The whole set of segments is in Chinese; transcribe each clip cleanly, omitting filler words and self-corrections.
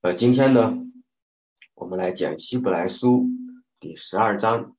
今天呢，我们来讲希伯来书第12章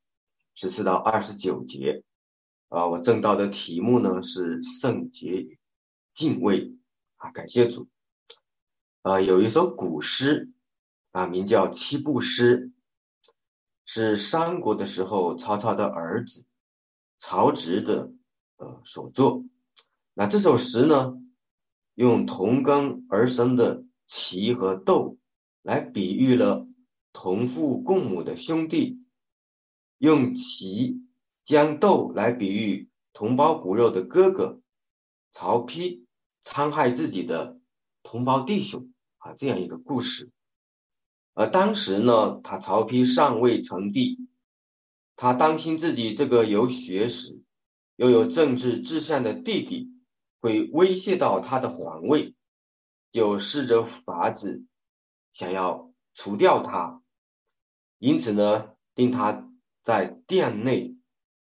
14到29节。我正道的题目呢是圣洁与敬畏感谢主。有一首古诗名叫七步诗，是三国的时候曹操的儿子曹植的所作。那这首诗呢，用同根而生的齐和斗来比喻了同父共母的兄弟，用齐将斗来比喻同胞骨肉的哥哥曹丕残害自己的同胞弟兄这样一个故事。而当时呢，曹丕尚未成帝，他担心自己这个有学识又有政治志向的弟弟会威胁到他的皇位，就试着法子想要除掉他。因此呢，令他在殿内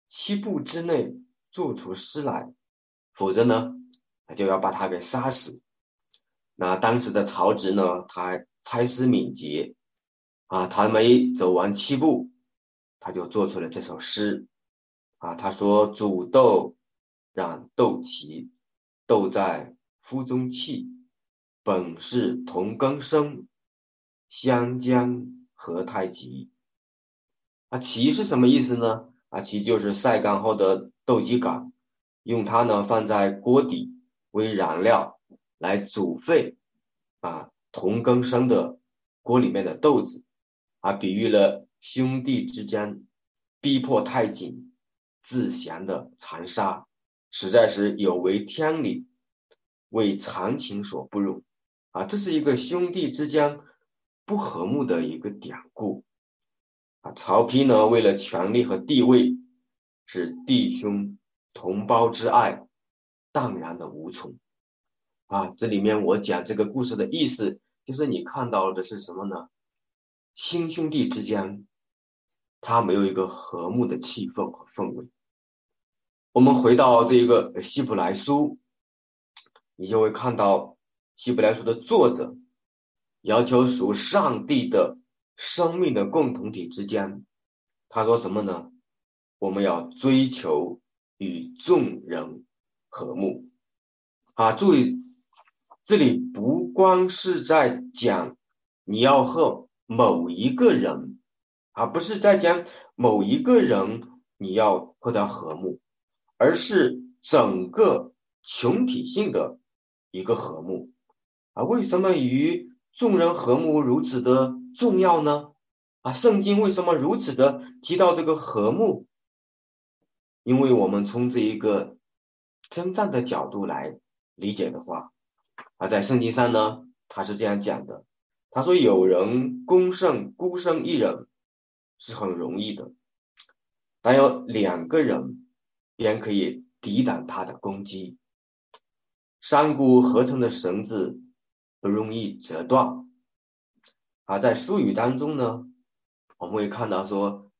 7步之内做出诗来，否则呢就要把他给杀死。那当时的曹植呢，他才思敏捷他没走完7步，他就做出了这首诗他说：煮豆让豆萁，豆在釜中泣，本是同根生，相煎何太急。萁是什么意思呢？萁就是晒干后的豆萁杆，用它呢放在锅底为燃料来煮沸同根生的锅里面的豆子比喻了兄弟之间逼迫太紧自降的残杀，实在是有违天理，为常情所不容这是一个兄弟之间不和睦的一个典故曹丕呢，为了权力和地位，使弟兄同胞之爱荡然的无从这里面我讲这个故事的意思，就是你看到的是什么呢？亲兄弟之间他没有一个和睦的气氛和氛围。我们回到这个希伯来书，你就会看到希伯来书的作者要求属上帝的生命的共同体之间，他说什么呢？我们要追求与众人和睦注意这里不光是在讲你要和某一个人不是在讲某一个人你要和他和睦，而是整个群体性的一个和睦为什么与众人和睦如此的重要呢？圣经为什么如此的提到这个和睦？因为我们从这一个真正的角度来理解的话在圣经上呢，他是这样讲的，他说有人攻胜孤身一人是很容易的，但有2个人便可以抵挡他的攻击。3股合成的绳子不容易折断在术语当中呢，我们会看到说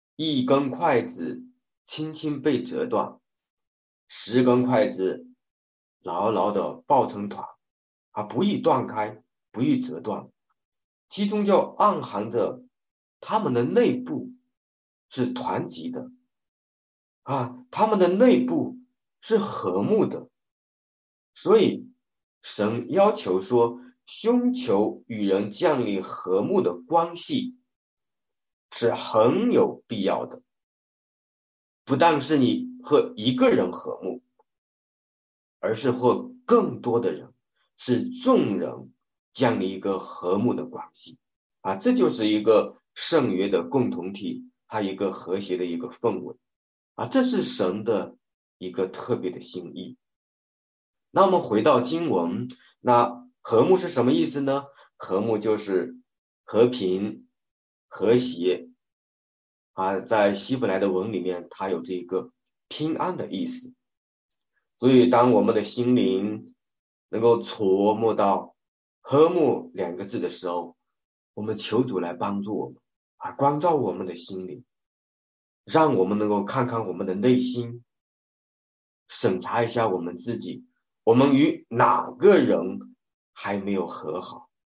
1根筷子轻轻被折断，10根筷子牢牢的抱成团不易断开，不易折断，其中就暗含着他们的内部是团结的他们的内部是和睦的。所以神要求说，寻求与人建立和睦的关系是很有必要的，不但是你和一个人和睦，而是和更多的人，是众人建立一个和睦的关系这就是一个圣约的共同体，它一个和谐的一个氛围这是神的一个特别的心意。那我们回到经文，那和睦是什么意思呢？和睦就是和平、和谐在希伯来的文里面，它有这个平安的意思。所以当我们的心灵能够琢磨到和睦2个字的时候，我们求主来帮助我们关照我们的心灵，让我们能够看看我们的内心，审查一下我们自己，我们与哪个人还没有和好，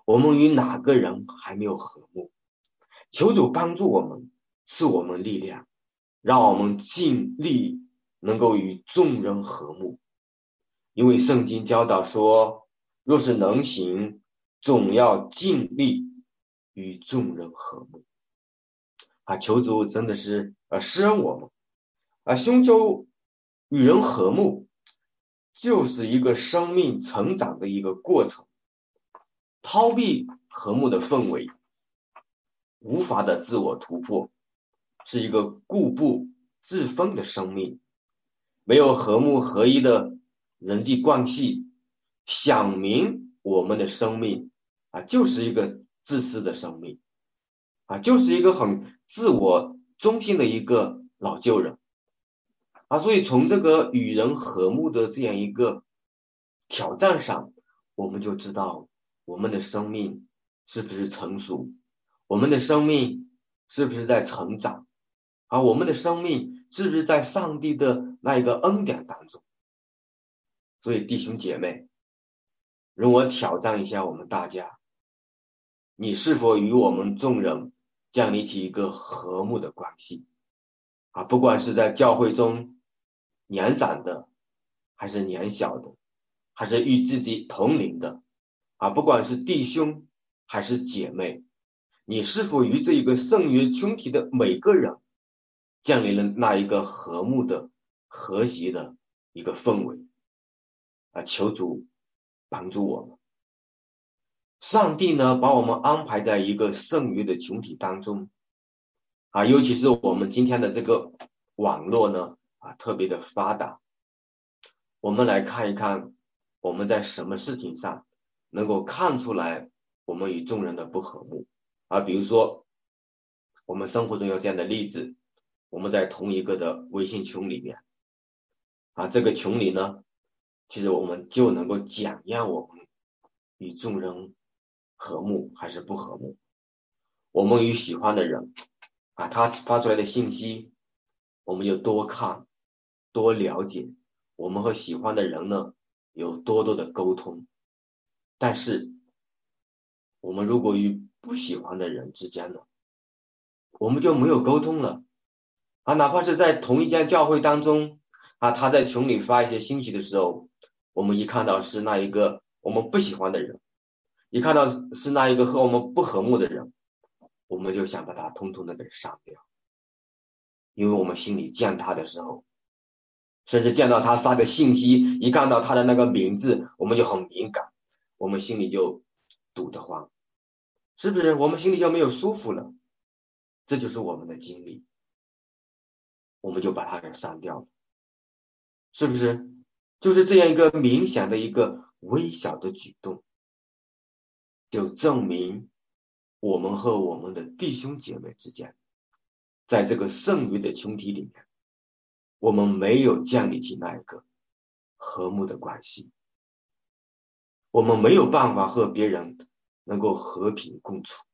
我们与哪个人还没有和睦？求主帮助我们，赐我们力量，让我们尽力能够与众人和睦。因为圣经教导说，若是能行，总要尽力与众人和睦。求主真的是施恩我们寻求与人和睦，就是一个生命成长的一个过程。逃避和睦的氛围，无法的自我突破，是一个固步自封的生命。没有和睦合一的人际关系，想明我们的生命就是一个自私的生命就是一个很自我中心的一个老旧人所以从这个与人和睦的这样一个挑战上，我们就知道我们的生命是不是成熟，我们的生命是不是在成长我们的生命是不是在上帝的那一个恩典当中。所以弟兄姐妹，容我挑战一下我们大家，你是否与我们众人建立起一个和睦的关系不管是在教会中年长的，还是年小的，还是与自己同龄的不管是弟兄还是姐妹，你是否与这一个圣约群体的每个人建立了那一个和睦的和谐的一个氛围求主帮助我们。上帝呢，把我们安排在一个圣约的群体当中尤其是我们今天的这个网络呢特别的发达。我们来看一看我们在什么事情上能够看出来我们与众人的不和睦比如说我们生活中有这样的例子，我们在同一个的微信群里面这个群里呢，其实我们就能够检验我们与众人和睦还是不和睦。我们与喜欢的人他发出来的信息，我们就多看多了解，我们和喜欢的人呢有多多的沟通。但是我们如果与不喜欢的人之间呢，我们就没有沟通了哪怕是在同一间教会当中他在群里发一些信息的时候，我们一看到是那一个我们不喜欢的人，一看到是那一个和我们不和睦的人，我们就想把他通通的给删掉。因为我们心里见他的时候，甚至见到他发的信息，一看到他的那个名字，我们就很敏感，我们心里就堵得慌，是不是？我们心里就没有舒服了。这就是我们的经历，我们就把它给删掉了，是不是？就是这样一个明显的一个微小的举动，就证明我们和我们的弟兄姐妹之间，在这个圣约的群体里面，我们没有建立起那一个和睦的关系，我们没有办法和别人能够和平共处。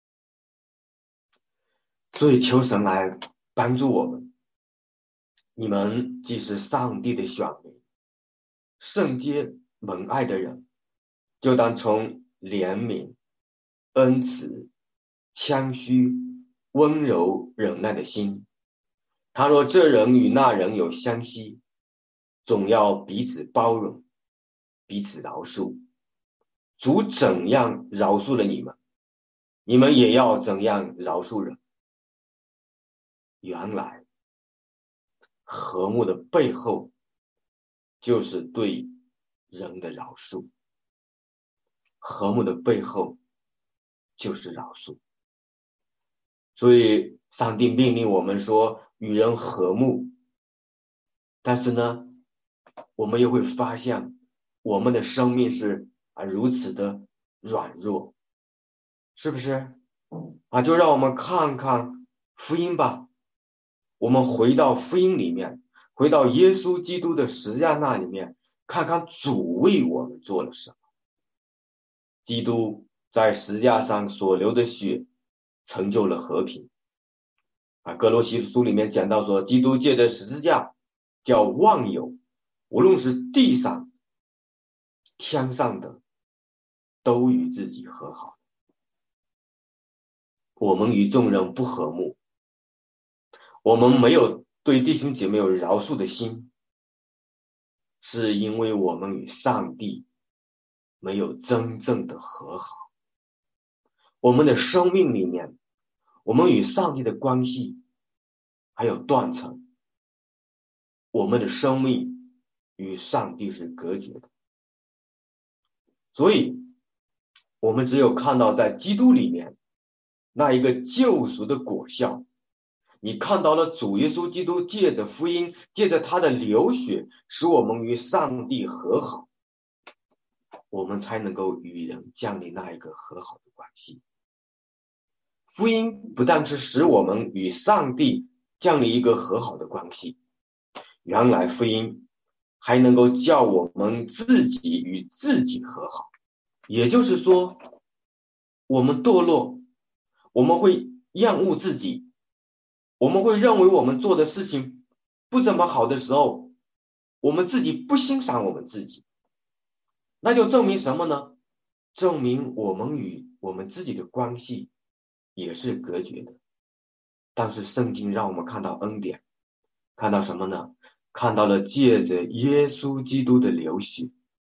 所以求神来帮助我们，你们既是上帝的选民，圣洁蒙爱的人，就当从怜悯、恩慈、谦虚、温柔、忍耐的心，倘若这人与那人有相隙，总要彼此包容，彼此饶恕。主怎样饶恕了你们，你们也要怎样饶恕人。原来和睦的背后就是对人的饶恕，和睦的背后就是饶恕。所以上帝命令我们说与人和睦，但是呢，我们又会发现我们的生命是如此的软弱，是不是就让我们看看福音吧。我们回到福音里面，回到耶稣基督的十字架那里面，看看主为我们做了什么。基督在十字架上所流的血成就了和平哥罗西书里面讲到说，基督借着十字架叫万有，无论是地上天上的， 都与自己和好。我们与众人不和睦，我们没有对弟兄姐妹有饶恕的心，是因为我们与上帝没有真正的和好。我们的生命里面，我们与上帝的关系还有断层，我们的生命与上帝是隔绝的。所以我们只有看到在基督里面那一个救赎的果效，你看到了主耶稣基督借着福音，借着他的流血，使我们与上帝和好，我们才能够与人建立那一个和好的关系。福音不但是使我们与上帝建立一个和好的关系，原来福音还能够叫我们自己与自己和好。也就是说，我们堕落，我们会厌恶自己，我们会认为我们做的事情不怎么好的时候，我们自己不欣赏我们自己，那就证明什么呢？证明我们与我们自己的关系也是隔绝的。但是圣经让我们看到恩典，看到什么呢？看到了借着耶稣基督的流血，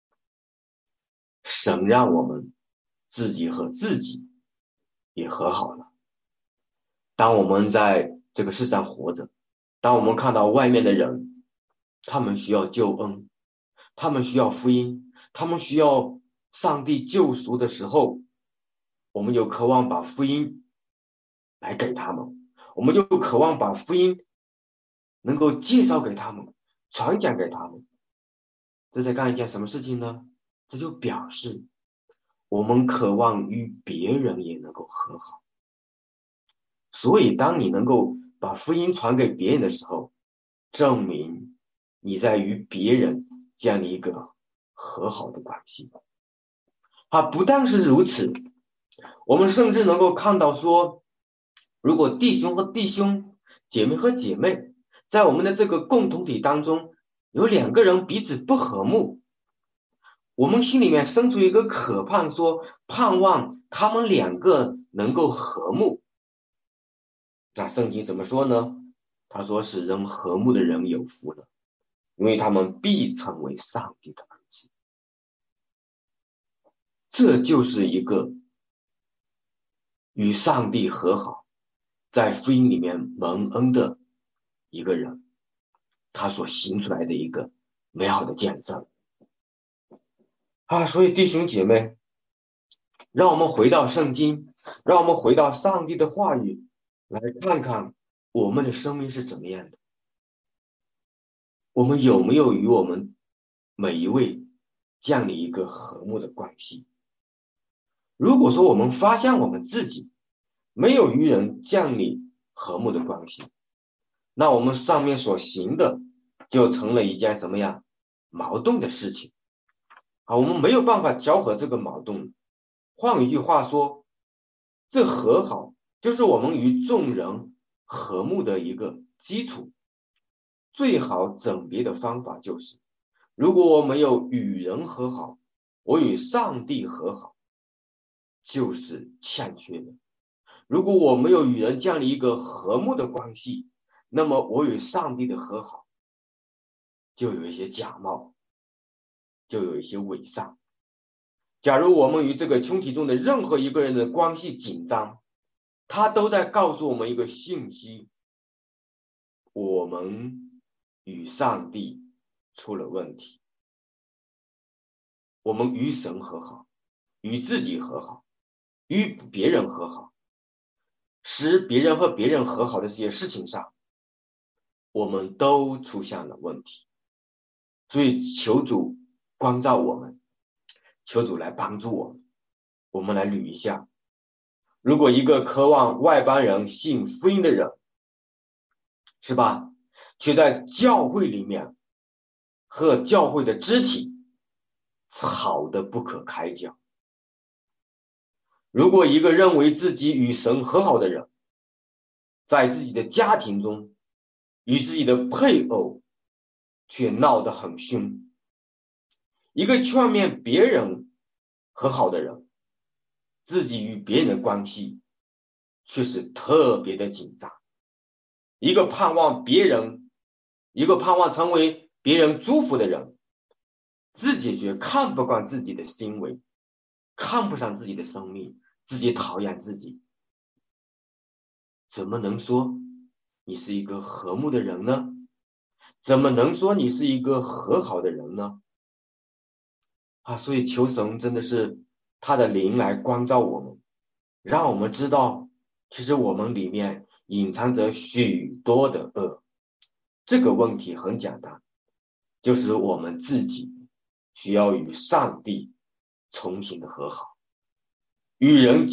神让我们自己和自己也和好了。当我们在这个世上活着，当我们看到外面的人，他们需要救恩，他们需要福音，他们需要上帝救赎的时候，我们就渴望把福音来给他们，我们就渴望把福音能够介绍给他们，传讲给他们。这在干一件什么事情呢？这就表示我们渴望与别人也能够和好。所以当你能够把福音传给别人的时候，证明你在与别人建立一个和好的关系。不但是如此，我们甚至能够看到说，如果弟兄和弟兄，姐妹和姐妹，在我们的这个共同体当中，有两个人彼此不和睦，我们心里面生出一个渴盼，说盼望他们两个能够和睦。那圣经怎么说呢？他说使人和睦的人有福了，因为他们必成为上帝的儿子。这就是一个与上帝和好，在福音里面蒙恩的一个人，他所行出来的一个美好的见证。所以弟兄姐妹，让我们回到圣经，让我们回到上帝的话语，来看看我们的生命是怎么样的。我们有没有与我们每一位建立一个和睦的关系？如果说我们发现我们自己没有与人建立和睦的关系，那我们上面所行的就成了一件什么样矛盾的事情。我们没有办法调和这个矛盾。换一句话说，这和好就是我们与众人和睦的一个基础。最好整别的方法就是，如果我没有与人和好，我与上帝和好，就是欠缺的。如果我没有与人建立一个和睦的关系，那么我与上帝的和好就有一些假冒，就有一些伪善。假如我们与这个群体中的任何一个人的关系紧张，他都在告诉我们一个信息：我们与上帝出了问题。我们与神和好，与自己和好，与别人和好，使别人和别人和好的这些事情上，我们都出现了问题。所以求主光照我们，求主来帮助我们。我们来捋一下，如果一个渴望外邦人信福音的人，是吧，却在教会里面和教会的肢体吵得不可开交。如果一个认为自己与神和好的人，在自己的家庭中与自己的配偶却闹得很凶，一个劝勉别人和好的人， 自己与别人的关系却是特别的紧张。一个盼望成为别人祝福的人，自己却看不惯自己的行为，看不上自己的生命，自己讨厌自己，怎么能说你是一个和睦的人呢？怎么能说你是一个和好的人呢？所以求神真的是他的灵来光照我们，让我们知道其实我们里面隐藏着许多的恶。这个问题很简单，就是我们自己需要与上帝重新的和好。与人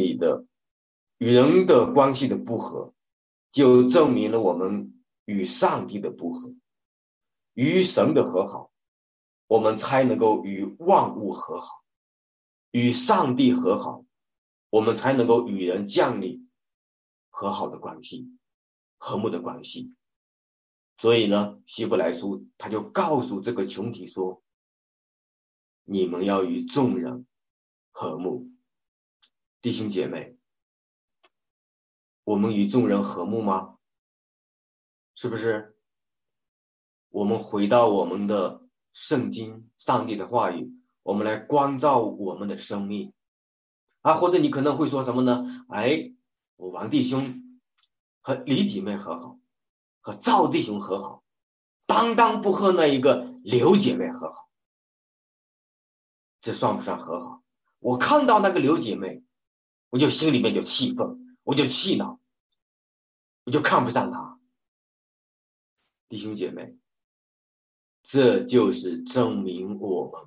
的关系的不和，就证明了我们与上帝的不和。与神的和好，我们才能够与万物和好；与上帝和好，我们才能够与人建立和好的关系，和睦的关系。所以呢，希伯来书他就告诉这个群体说，你们要与众人和睦。弟兄姐妹，我们与众人和睦吗？是不是？我们回到我们的圣经，上帝的话语，我们来光照我们的生命或者你可能会说什么呢？我王弟兄和李姐妹和好，和赵弟兄和好，单单不和那一个刘姐妹和好，这算不算和好？我看到那个刘姐妹，我就心里面就气愤，我就气恼，我就看不上她。弟兄姐妹，这就是证明我们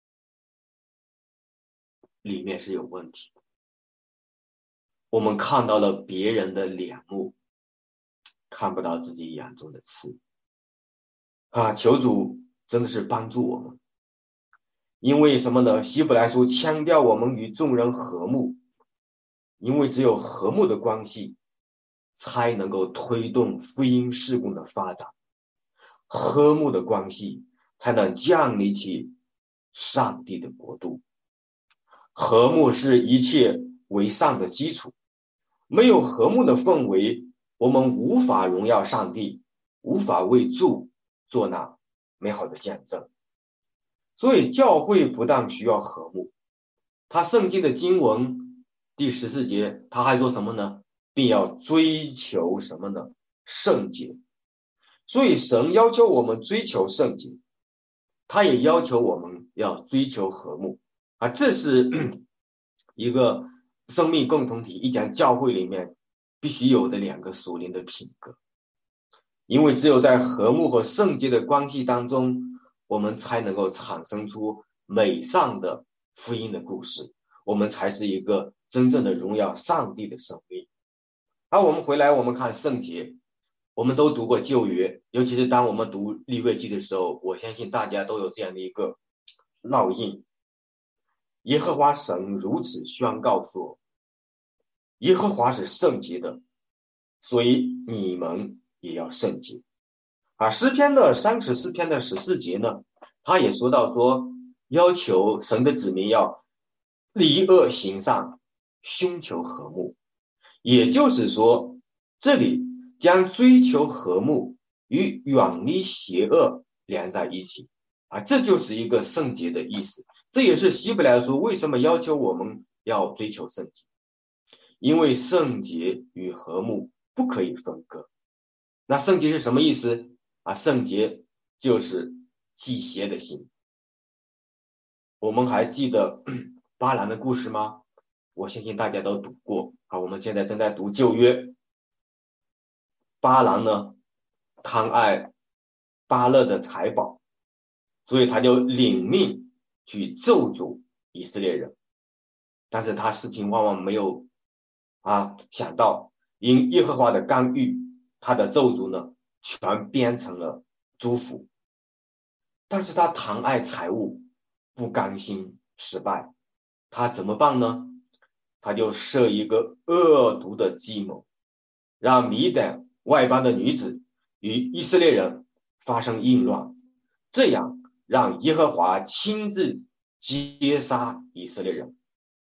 里面是有问题的。我们看到了别人的脸目，看不到自己眼中的刺求主真的是帮助我们。因为什么呢？希伯来书强调我们与众人和睦，因为只有和睦的关系才能够推动福音事工的发展，和睦的关系才能建立起上帝的国度。和睦是一切为善的基础，没有和睦的氛围，我们无法荣耀上帝，无法为主做那美好的见证。所以教会不但需要和睦，他圣经的经文第14节他还说什么呢？并要追求什么呢？圣洁。所以神要求我们追求圣洁，他也要求我们要追求和睦这是一个生命共同体一讲教会里面必须有的两个属灵的品格。因为只有在和睦和圣洁的关系当中，我们才能够产生出美善的福音的故事，我们才是一个真正的荣耀上帝的生命。我们回来我们看圣洁，我们都读过旧约，尤其是当我们读利未记的时候，我相信大家都有这样的一个烙印。耶和华神如此宣告说，耶和华是圣洁的，所以你们也要圣洁诗篇的34篇的14节呢，他也说到说，要求神的子民要离恶行善，寻求和睦。也就是说，这里将追求和睦与远离邪恶连在一起这就是一个圣洁的意思。这也是希伯来书为什么要求我们要追求圣洁，因为圣洁与和睦不可以分割。那圣洁是什么意思圣洁就是忌邪的心。我们还记得巴兰的故事吗？我相信大家都读过我们现在正在读旧约。巴兰呢贪爱巴勒的财宝，所以他就领命去咒诅以色列人，但是他事情往往没有想到，因耶和华的干预，他的咒诅呢全变成了祝福。但是他贪爱财物，不甘心失败，他怎么办呢？他就设一个恶毒的计谋，让米甸外邦的女子与以色列人发生淫乱，这样让耶和华亲自击杀以色列人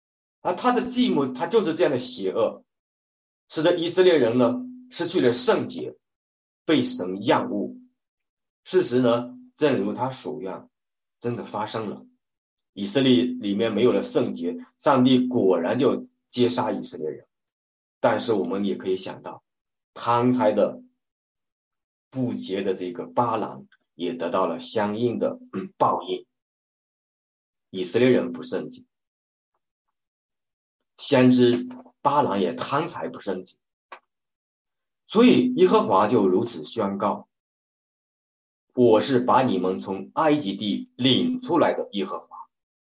他的计谋他就是这样的邪恶，使得以色列人呢失去了圣洁，被神厌恶。事实呢，正如他所愿，真的发生了。以色列里面没有了圣洁，上帝果然就接杀以色列人。但是我们也可以想到，贪财的不洁的这个巴郎也得到了相应的报应。以色列人不圣洁，先知巴郎也贪财不圣洁，所以耶和华就如此宣告：我是把你们从埃及地领出来的耶和华，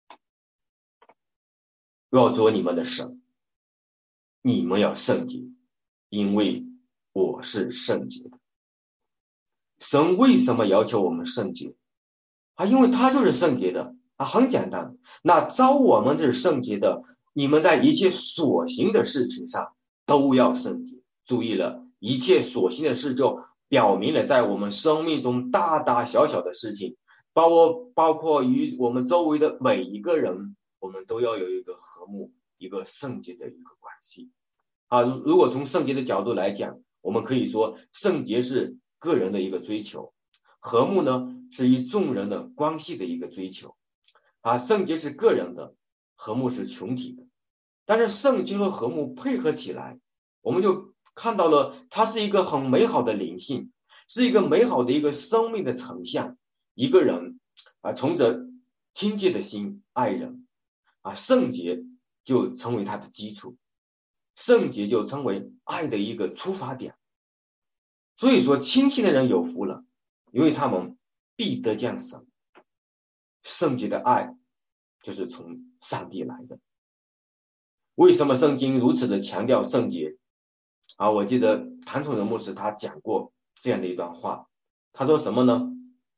要做你们的神，你们要圣洁，因为我是圣洁的。神为什么要求我们圣洁？因为他就是圣洁的很简单。那招我们是圣洁的，你们在一切所行的事情上都要圣洁。注意了，一切所行的事就表明了在我们生命中大大小小的事情，包括与我们周围的每一个人，我们都要有一个和睦、一个圣洁的一个关系如果从圣洁的角度来讲，我们可以说圣洁是个人的一个追求，和睦呢是与众人的关系的一个追求圣洁是个人的，和睦是群体的。但是圣洁和和睦配合起来，我们就看到了它是一个很美好的灵性，是一个美好的一个生命的呈现。一个人从着亲切的心爱人圣洁就成为他的基础，圣洁就成为爱的一个出发点。所以说亲近的人有福了，因为他们必得见神。圣洁的爱就是从上帝来的。为什么圣经如此的强调圣洁我记得谭崇仁牧师他讲过这样的一段话，他说什么呢？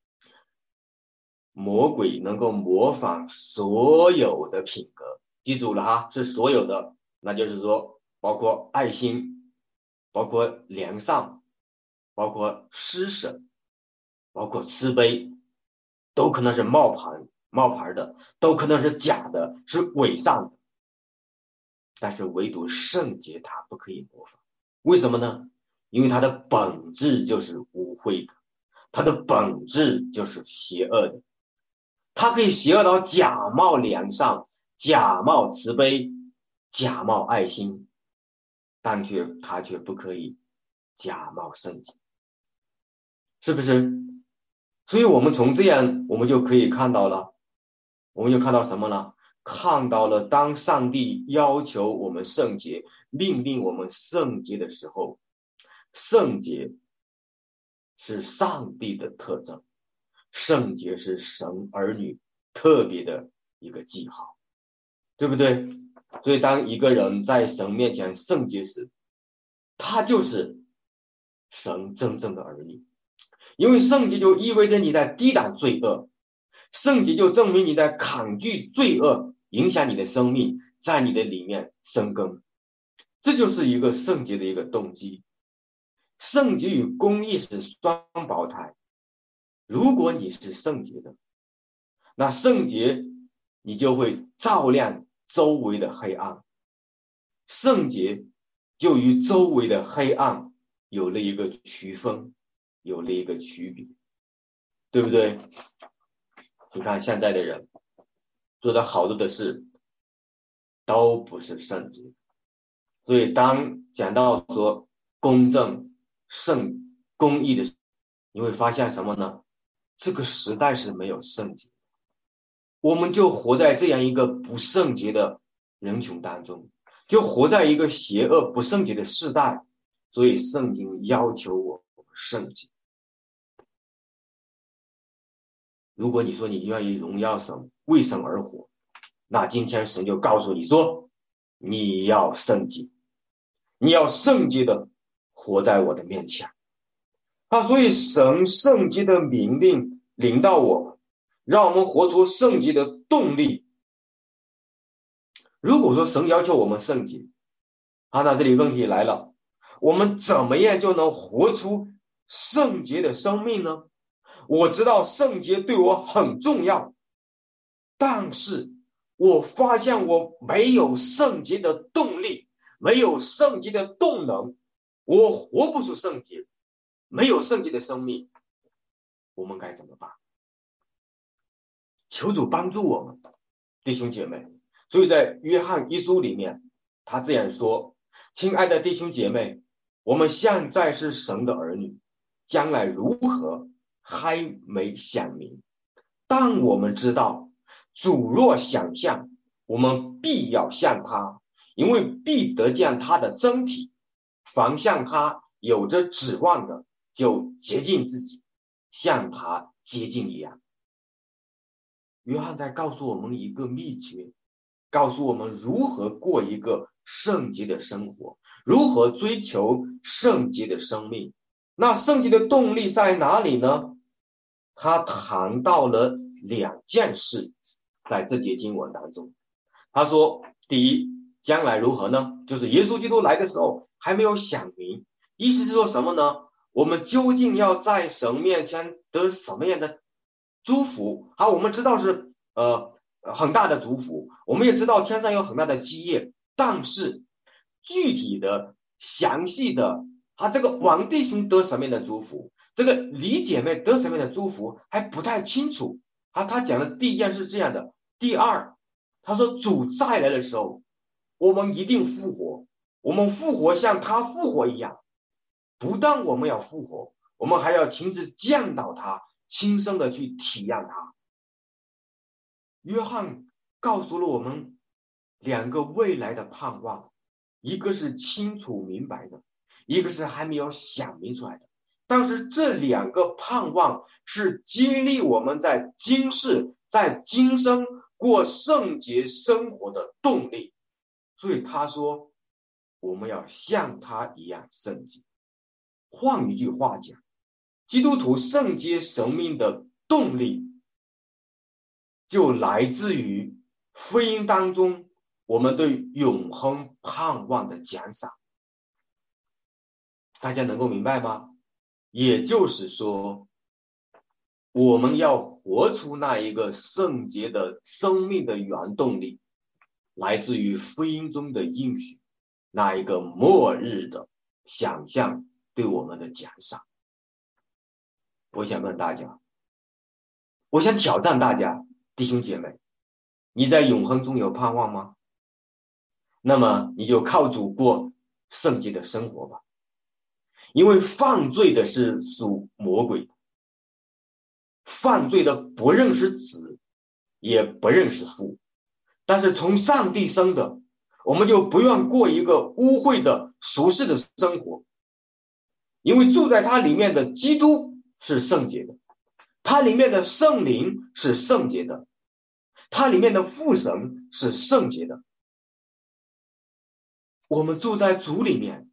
魔鬼能够模仿所有的品格，记住了是所有的，那就是说包括爱心，包括良善，包括施舍，包括慈悲，都可能是冒牌的，都可能是假的，是伪善的。但是唯独圣洁它不可以模仿。为什么呢？因为它的本质就是污秽的，它的本质就是邪恶的。它可以邪恶到假冒良善，假冒慈悲，假冒爱心，但它却不可以假冒圣洁，是不是？所以我们从这样我们就可以看到了，我们就看到什么呢？看到了当上帝要求我们圣洁，命令我们圣洁的时候，圣洁是上帝的特征，圣洁是神儿女特别的一个记号，对不对？所以当一个人在神面前圣洁时，他就是神真正的儿女。因为圣洁就意味着你在抵挡罪恶，圣洁就证明你在抗拒罪恶影响你的生命，在你的里面生根。这就是一个圣洁的一个动机。圣洁与公义是双胞胎。如果你是圣洁的，那圣洁你就会照亮周围的黑暗，圣洁就与周围的黑暗有了一个区分，有了一个区别，对不对？你看现在的人做的好多的事都不是圣洁，所以当讲到说公正、公义的时候，你会发现什么呢？这个时代是没有圣洁，我们就活在这样一个不圣洁的人群当中，就活在一个邪恶不圣洁的世代，所以圣经要求我们圣洁。如果你说你愿意荣耀神，为神而活，那今天神就告诉你说，你要圣洁，你要圣洁的活在我的面前所以神圣洁的命令领到我们，让我们活出圣洁的动力。如果说神要求我们圣洁那这里问题来了，我们怎么样就能活出圣洁的生命呢？我知道圣洁对我很重要，但是我发现我没有圣洁的动力，没有圣洁的动能，我活不出圣洁，没有圣洁的生命，我们该怎么办？求主帮助我们，弟兄姐妹。所以在约翰一书里面，他这样说：亲爱的弟兄姐妹，我们现在是神的儿女，将来如何还没想明，但我们知道，主若想象，我们必要像他，因为必得见他的真体。凡向他有着指望的，就洁净自己，像他洁净一样。约翰在告诉我们一个秘诀，告诉我们如何过一个圣洁的生活，如何追求圣洁的生命。那圣洁的动力在哪里呢？他谈到了两件事，在这节经文当中。他说，第一，将来如何呢？就是耶稣基督来的时候还没有想明，意思是说什么呢？我们究竟要在神面前得什么样的祝福？好，我们知道是很大的祝福，我们也知道天上有很大的基业，但是具体的详细的这个王弟兄得什么样的祝福，这个李姐妹得什么样的祝福还不太清楚。他讲的第一件是这样的。第二，他说主再来的时候，我们一定复活，我们复活像他复活一样。不但我们要复活，我们还要亲自见到他，亲身的去体验他。约翰告诉了我们两个未来的盼望，一个是清楚明白的，一个是还没有想明出来的。但是这两个盼望是激励我们在今世在今生过圣洁生活的动力。所以他说我们要像他一样圣洁。换一句话讲，基督徒圣洁生命的动力就来自于福音当中我们对永恒盼望的奖赏。大家能够明白吗？也就是说，我们要活出那一个圣洁的生命的原动力，来自于福音中的应许，那一个末日的想象对我们的奖赏。我想问大家，我想挑战大家，弟兄姐妹，你在永恒中有盼望吗？那么你就靠主过圣洁的生活吧。因为犯罪的是属魔鬼的，犯罪的不认识子，也不认识父。但是从上帝生的，我们就不愿过一个污秽的俗世的生活，因为住在他里面的基督是圣洁的，他里面的圣灵是圣洁的，他里面的父神是圣洁的。我们住在主里面，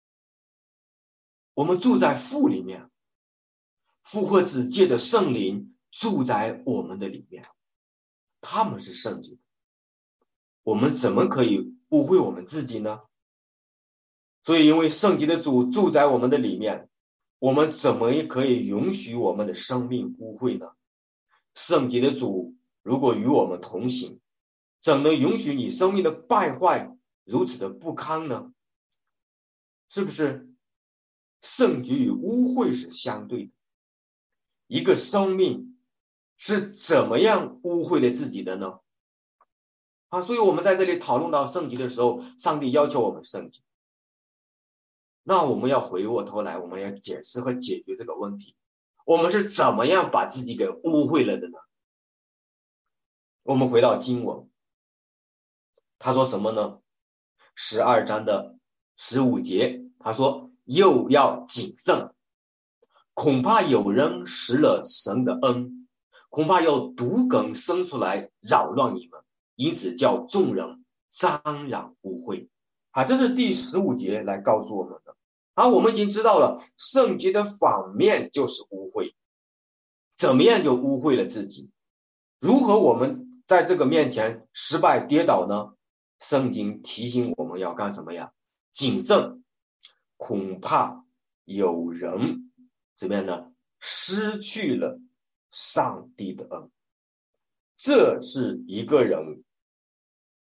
我们住在父里面，父和子借着圣灵住在我们的里面，他们是圣洁的，我们怎么可以污秽我们自己呢？所以因为圣洁的主住在我们的里面，我们怎么也可以允许我们的生命污秽呢？圣洁的主如果与我们同行，怎能允许你生命的败坏如此的不堪呢？是不是？圣洁与污秽是相对的。一个生命是怎么样污秽了自己的呢？所以我们在这里讨论到圣洁的时候，上帝要求我们圣洁。那我们要回过头来，我们要解释和解决这个问题。我们是怎么样把自己给污秽了的呢？我们回到经文，他说什么呢？12章的15节，他说又要谨慎，恐怕有人失了神的恩，恐怕有毒梗生出来扰乱你们，因此叫众人沾染污秽。这是第15节来告诉我们的。我们已经知道了圣洁的反面就是污秽，怎么样就污秽了自己？如何我们在这个面前失败跌倒呢？圣经提醒我们要干什么呀？谨慎，恐怕有人怎么样呢？失去了上帝的恩。这是一个人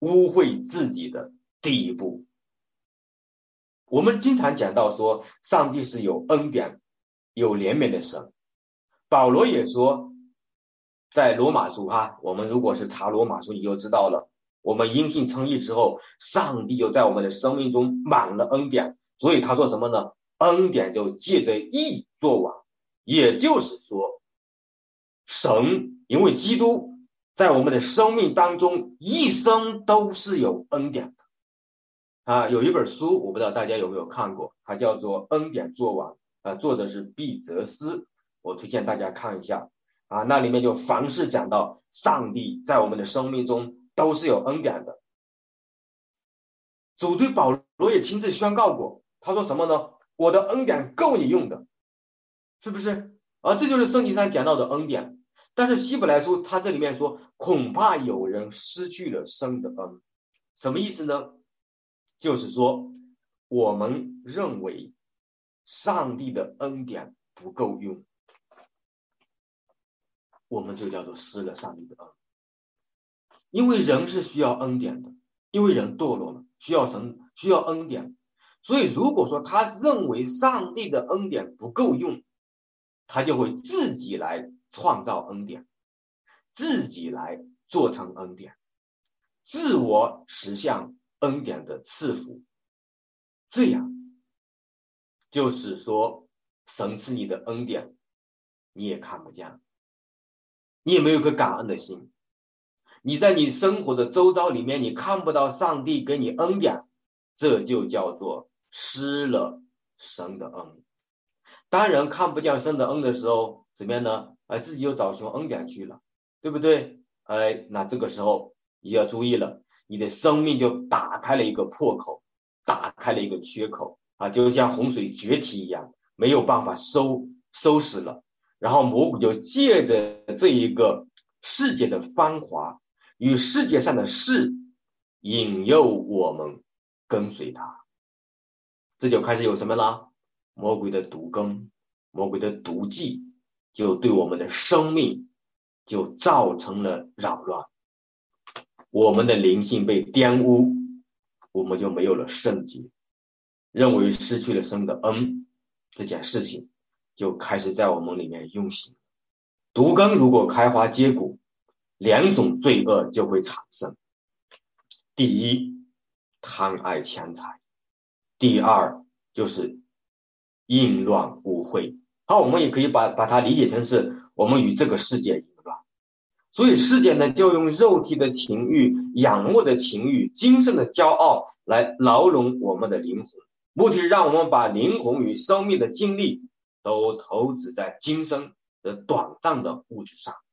污秽自己的第一步。我们经常讲到说，上帝是有恩典、有怜悯的神。保罗也说，在罗马书我们如果是查罗马书，你就知道了。我们因信称义之后，上帝就在我们的生命中满了恩典，所以他说什么呢？恩典就借着义作王，也就是说，神因为基督在我们的生命当中一生都是有恩典的有一本书，我不知道大家有没有看过，它叫做《恩典作王》作者是毕泽斯，我推荐大家看一下那里面就凡是讲到上帝在我们的生命中都是有恩典的。主对保罗也亲自宣告过，他说什么呢？我的恩典够你用的，是不是？这就是圣经上讲到的恩典。但是希伯来书他这里面说，恐怕有人失去了生的恩。什么意思呢？就是说我们认为上帝的恩典不够用，我们就叫做失了上帝的恩。因为人是需要恩典的，因为人堕落了，需要神，需要恩典。所以如果说他认为上帝的恩典不够用，他就会自己来创造恩典，自己来做成恩典，自我实现恩典的赐福。这样就是说，神赐你的恩典你也看不见，你也没有个感恩的心，你在你生活的周遭里面你看不到上帝给你恩典，这就叫做失了神的恩。当人看不见神的恩的时候，怎么样呢？自己又找寻恩典去了，对不对？那这个时候你要注意了，你的生命就打开了一个破口，打开了一个缺口就像洪水决堤一样，没有办法收拾了。然后魔鬼就借着这一个世界的芳华与世界上的事引诱我们跟随他，这就开始有什么啦？魔鬼的毒根，魔鬼的毒计，就对我们的生命就造成了扰乱，我们的灵性被玷污，我们就没有了圣洁，认为失去了神的恩，这件事情就开始在我们里面运行。毒根如果开花结果，两种罪恶就会产生。第一，贪爱钱财；第二，就是淫乱污秽。我们也可以把它理解成是我们与这个世界淫乱。所以世界呢，就用肉体的情欲、仰慕的情欲、今生的骄傲来牢笼我们的灵魂，目的是让我们把灵魂与生命的精力都投资在今生的短暂的物质上。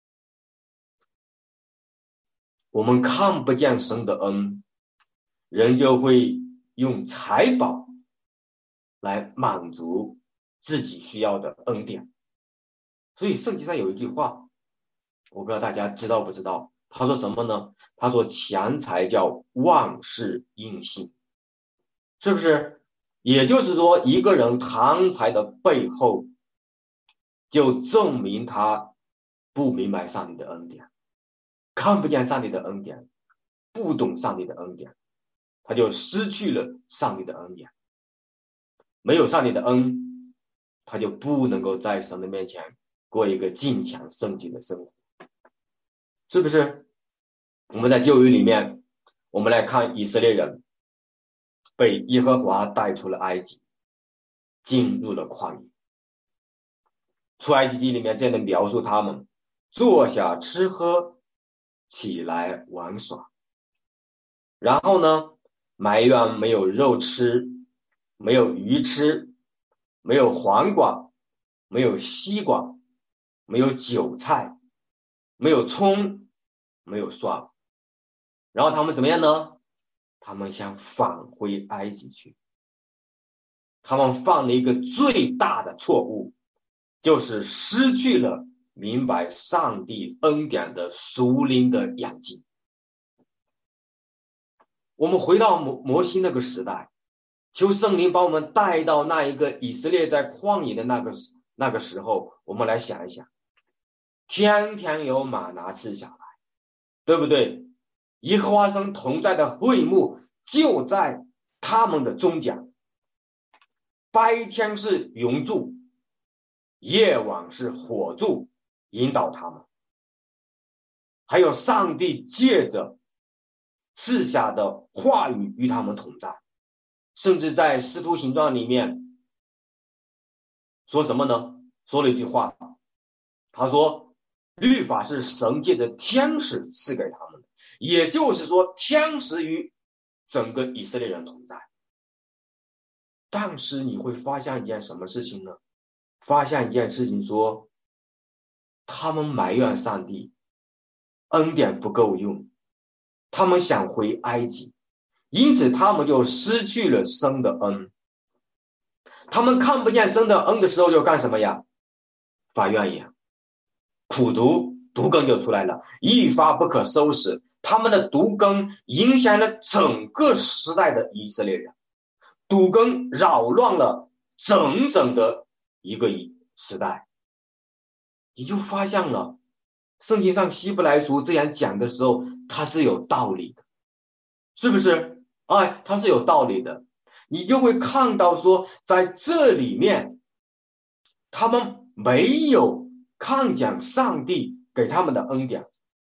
我们看不见神的恩，人就会用财宝来满足自己需要的恩典。所以圣经上有一句话，我不知道大家知道不知道，他说什么呢？他说钱财叫万事应心，是不是？也就是说，一个人贪财的背后，就证明他不明白上帝的恩典，看不见上帝的恩典，不懂上帝的恩典，他就失去了上帝的恩典。没有上帝的恩，他就不能够在神的面前过一个敬虔圣洁的生活，是不是？我们在旧约里面，我们来看以色列人被耶和华带出了埃及，进入了旷野。出埃及记里面这样的描述他们：坐下吃喝，起来玩耍。然后呢，埋怨没有肉吃，没有鱼吃，没有黄瓜，没有西瓜，没有韭菜，没有葱，没有蒜。然后他们怎么样呢？他们想返回埃及去。他们犯了一个最大的错误，就是失去了明白上帝恩典的属灵的眼睛。我们回到摩西那个时代，求圣灵把我们带到那一个以色列在旷野的那个时候，我们来想一想，天天有玛拿吃下来，对不对？ 耶和华神同在的会幕就在他们的中间，白天是云柱，夜晚是火柱引导他们。还有上帝借着赐下的话语与他们同在，甚至在使徒行传里面说什么呢？说了一句话，他说律法是神借着天使赐给他们的，也就是说天使与整个以色列人同在。但是你会发现一件什么事情呢？发现一件事情，说他们埋怨上帝恩典不够用，他们想回埃及，因此他们就失去了神的恩。他们看不见神的恩的时候就干什么呀？发怨言，苦毒根就出来了，一发不可收拾。他们的毒根影响了整个时代的以色列人，毒根扰乱了整整的一个时代。你就发现了圣经上希伯来书这样讲的时候，它是有道理的，是不是？它是有道理的。你就会看到说，在这里面他们没有抗讲上帝给他们的恩典，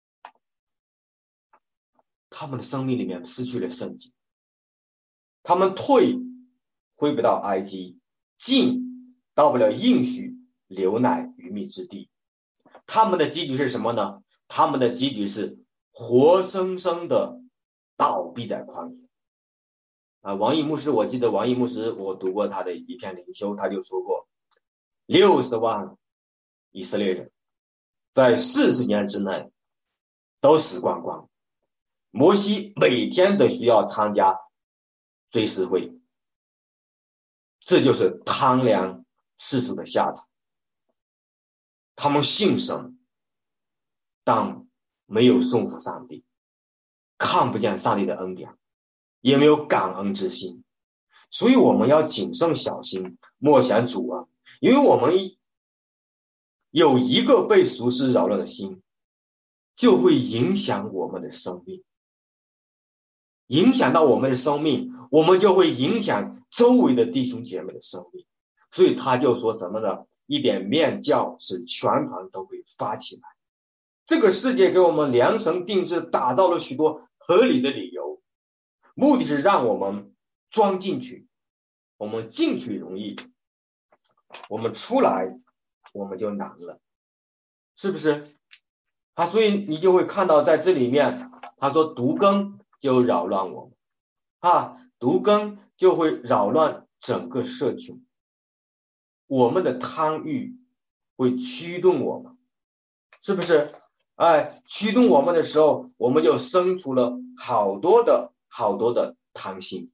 他们的生命里面失去了圣洁，他们回不到埃及，进到不了应许流奶与蜜之地。他们的结局是什么呢？他们的结局是活生生的倒闭在旷野。王毅牧师，我记得王毅牧师，我读过他的一篇灵修，他就说过，60万以色列人在40年之内都死光光。摩西每天都需要参加追思会，这就是贪婪世俗的下场。他们信神，但没有顺服上帝，看不见上帝的恩典，也没有感恩之心。所以我们要谨慎小心，莫想主恩，因为我们有一个被俗世扰乱的心，就会影响我们的生命，影响到我们的生命，我们就会影响周围的弟兄姐妹的生命。所以他就说什么呢？一点面教使全团都会发起来。这个世界给我们量身定制打造了许多合理的理由，目的是让我们钻进去，我们进去容易，我们出来我们就难了，是不是？所以你就会看到在这里面他说毒根就扰乱我们，毒根就会扰乱整个社群，我们的贪欲会驱动我们，是不是？驱动我们的时候，我们就生出了好多的贪心。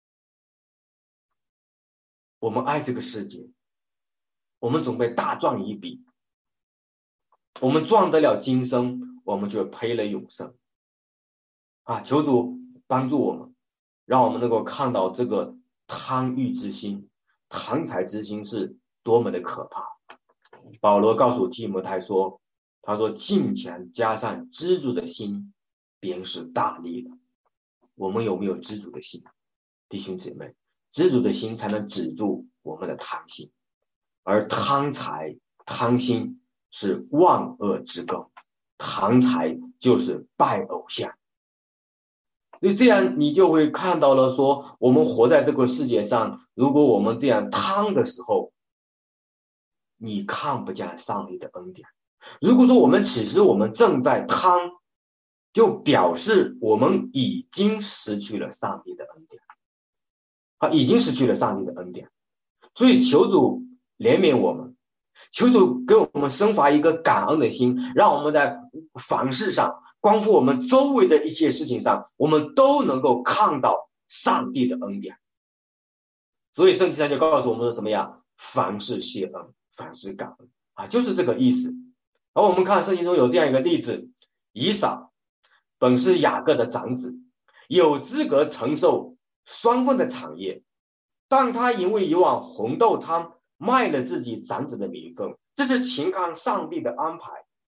我们爱这个世界，我们准备大赚一笔，我们赚得了今生，我们就赔了永生。求主帮助我们，让我们能够看到这个贪欲之心、贪财之心是多么的可怕。保罗告诉提摩太说，他说金钱加上知足的心便是大利的。我们有没有知足的心？弟兄姐妹，知足的心才能止住我们的贪心，而贪财贪心是万恶之根，贪财就是拜偶像。所以这样你就会看到了说，我们活在这个世界上，如果我们这样贪的时候，你看不见上帝的恩典。如果说我们此时我们正在贪，就表示我们已经失去了上帝的恩典，已经失去了上帝的恩典。所以求主怜悯我们，求主给我们生发一个感恩的心，让我们在凡事上，关乎我们周围的一些事情上，我们都能够看到上帝的恩典。所以圣经上就告诉我们说什么呀？凡事谢恩，凡事感恩，就是这个意思。而我们看圣经中有这样一个例子，以扫本是雅各的长子，有资格承受双份的产业，但他因为有往红豆汤卖了自己长子的名分，这是情感上帝的安排。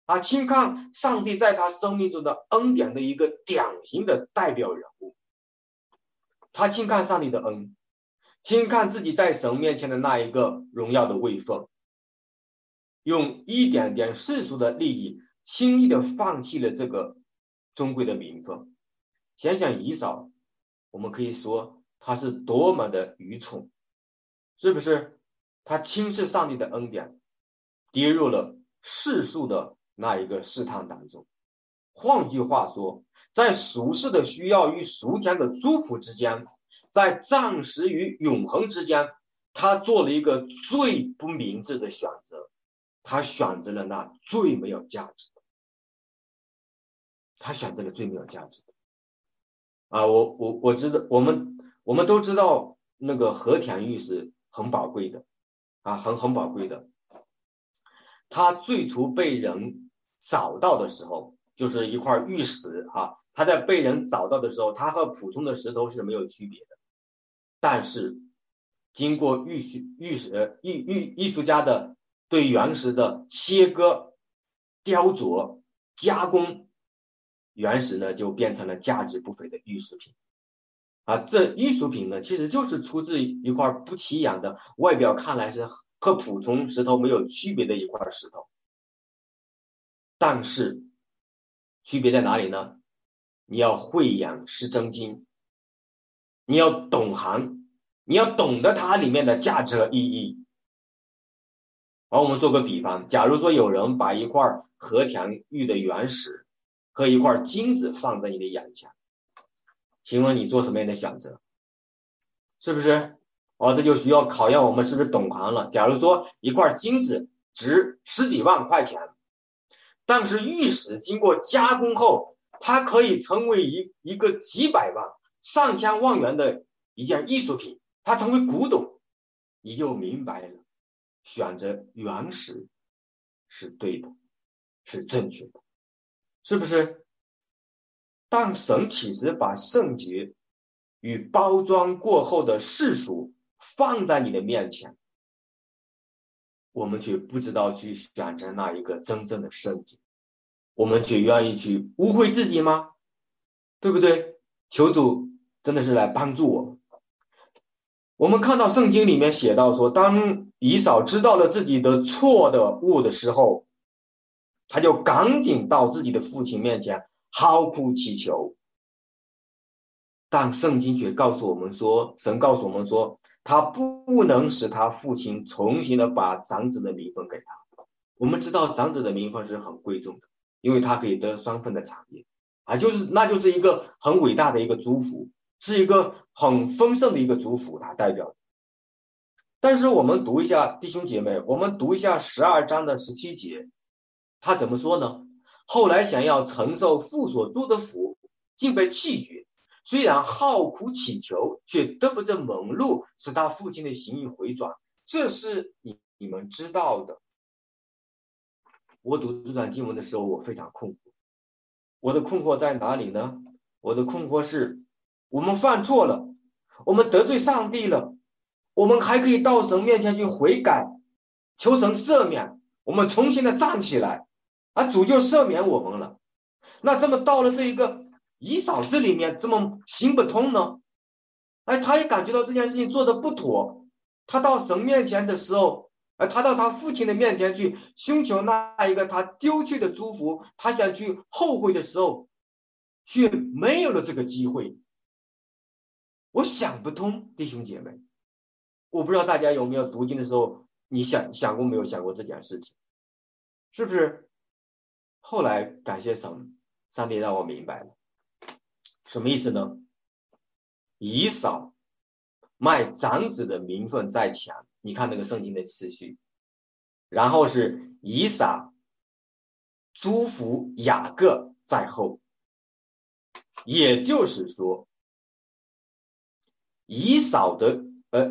轻看上帝在他生命中的恩典的一个典型的代表人物。他轻看上帝的恩，轻看自己在神面前的那一个荣耀的位分，用一点点世俗的利益轻易的放弃了这个尊贵的名分。想想以扫，我们可以说他是多么的愚蠢，是不是？他轻视上帝的恩典，跌入了世俗的那一个试探当中。换句话说，在俗世的需要与属天的祝福之间，在暂时与永恒之间，他做了一个最不明智的选择。他选择了那最没有价值的，他选择了最没有价值的。我知道，我们都知道那个和田玉是很宝贵的，很宝贵的。他最初被人找到的时候，就是一块玉石他在被人找到的时候，他和普通的石头是没有区别的。但是经过艺术家的对原石的切割、雕琢、加工，原石呢就变成了价值不菲的艺术品。这艺术品呢，其实就是出自一块不起眼的，外表看来是和普通石头没有区别的一块石头。但是区别在哪里呢？你要慧眼识真经，你要懂行，你要懂得它里面的价值和意义。我们做个比方，假如说有人把一块和田玉的原石和一块金子放在你的眼前，请问你做什么样的选择？是不是？这就需要考验我们是不是懂行了。假如说一块金子值十几万块钱，但是玉石经过加工后，它可以成为一个几百万、上千万元的一件艺术品，它成为古董，你就明白了，选择原石是对的，是正确的，是不是？当神其实把圣洁与包装过后的世俗放在你的面前，我们却不知道去选择那一个真正的圣洁，我们却愿意去污秽自己吗？对不对？求主真的是来帮助我们。我们看到圣经里面写到说，当以扫知道了自己的错的误的时候，他就赶紧到自己的父亲面前嚎哭祈求。但圣经却告诉我们说，神告诉我们说，他不能使他父亲重新的把长子的名分给他。我们知道长子的名分是很贵重的，因为他可以得双份的产业那就是一个很伟大的一个祝福，是一个很丰盛的一个祝福，它代表。但是我们读一下，弟兄姐妹，我们读一下12章的17节，他怎么说呢？后来想要承受父所祝的福，竟被弃绝。虽然好苦祈求，却得不着门路，使他父亲的心意回转。这是你们知道的。我读这段经文的时候，我非常困惑。我的困惑在哪里呢？我的困惑是，我们犯错了，我们得罪上帝了，我们还可以到神面前去悔改，求神赦免，我们重新的站起来，主就赦免我们了。那这么到了这一个以扫这里面，这么行不通呢？他也感觉到这件事情做得不妥，他到神面前的时候，他到他父亲的面前去寻求那一个他丢去的祝福，他想去后悔的时候，却没有了这个机会。我想不通，弟兄姐妹，我不知道大家有没有读经的时候，你想过没有想过这件事情？是不是？后来感谢神，上帝让我明白了，什么意思呢？以扫卖长子的名分在前，你看那个圣经的次序，然后是以撒祝福雅各在后，也就是说，以撒的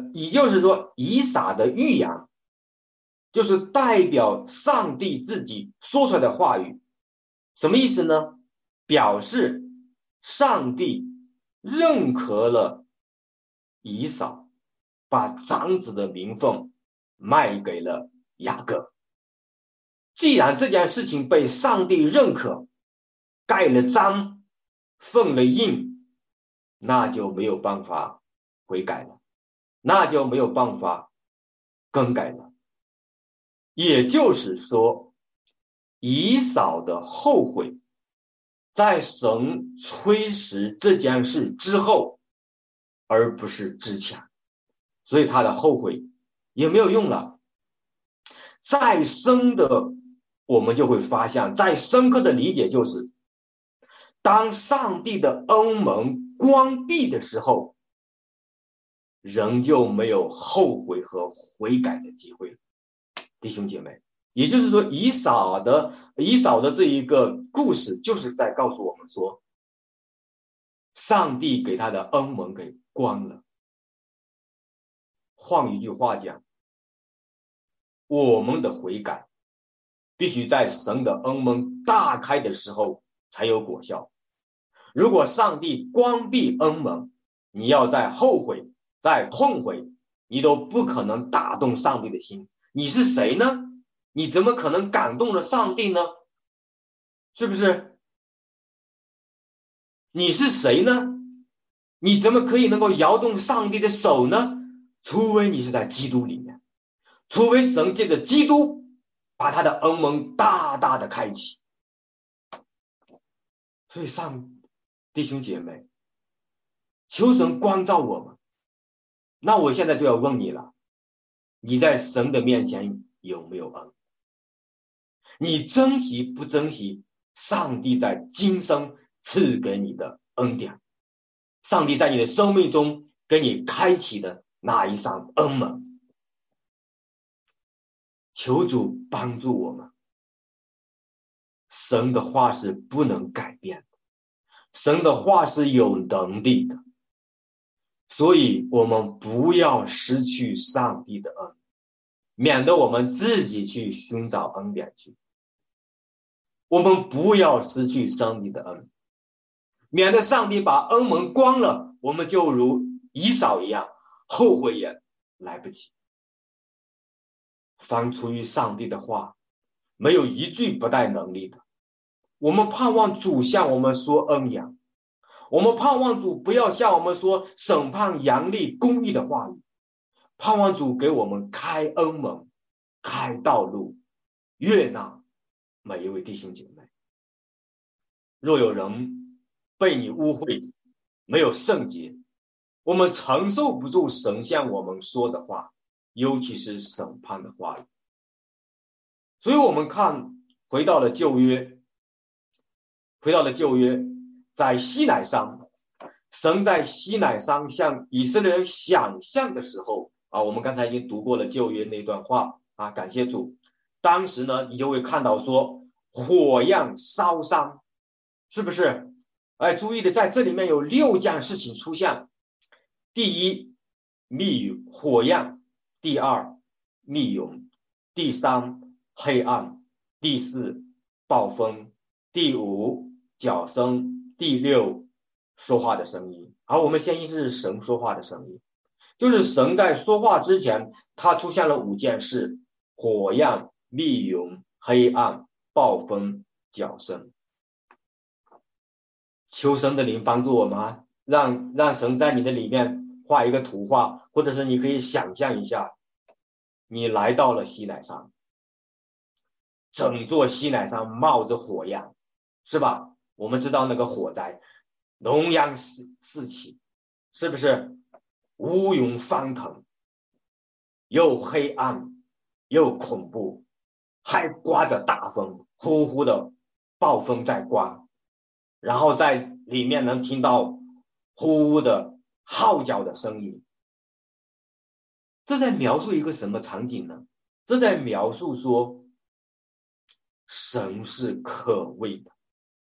预言，就是代表上帝自己说出来的话语，什么意思呢？表示上帝认可了以扫把长子的名分卖给了雅各。 既然这件事情被上帝认可，盖了章，封了印，那就没有办法悔改了，那就没有办法更改了。也就是说，以扫的后悔，在神催使这件事之后，而不是之前，所以他的后悔也没有用了。再深的我们就会发现，再深刻的理解就是，当上帝的恩门关闭的时候，人就没有后悔和悔改的机会了。弟兄姐妹，也就是说，以扫的这一个故事，就是在告诉我们说，上帝给他的恩门给关了。换一句话讲，我们的悔改必须在神的恩门大开的时候才有果效。如果上帝关闭恩门，你要再后悔再痛悔，你都不可能打动上帝的心。你是谁呢？你怎么可能感动了上帝呢？是不是？你是谁呢？你怎么可以能够摇动上帝的手呢？除非你是在基督里面，除非神借着基督把他的恩门大大的开启。所以弟兄姐妹，求神光照我们。那我现在就要问你了，你在神的面前有没有恩？你珍惜不珍惜上帝在今生赐给你的恩典？上帝在你的生命中给你开启的那一扇恩门？求主帮助我们。神的话是不能改变的，神的话是有能力的，所以我们不要失去上帝的恩，免得我们自己去寻找恩典去。我们不要失去上帝的恩，免得上帝把恩门关了，我们就如以扫一样，后悔也来不及。凡出于上帝的话，没有一句不带能力的。我们盼望主向我们说恩言，我们盼望主不要向我们说审判严厉公义的话语，盼望主给我们开恩门，开道路，悦纳每一位弟兄姐妹。若有人被你污秽，没有圣洁，我们承受不住神向我们说的话，尤其是审判的话语。所以我们回到了旧约，在西乃山，神在西乃山向以色列人显像的时候我们刚才已经读过了旧约那段话感谢主。当时呢，你就会看到说火样烧山，是不是？注意的，在这里面有6件事情出现。第一，火样；第二，密云；第三，黑暗；第四，暴风；第五，角声；第六，说话的声音。好，我们先信是神说话的声音，就是神在说话之前，他出现了5件事：火样、密云、黑暗、暴风、角声。求神的灵帮助我们让神在你的里面画一个图画，或者是你可以想象一下，你来到了西乃山，整座西乃山冒着火焰，是吧？我们知道那个火灾浓烟四起，是不是？乌云翻腾，又黑暗又恐怖，还刮着大风，呼呼的暴风在刮，然后在里面能听到呼呼的号角的声音。这在描述一个什么场景呢？这在描述说神是可畏的，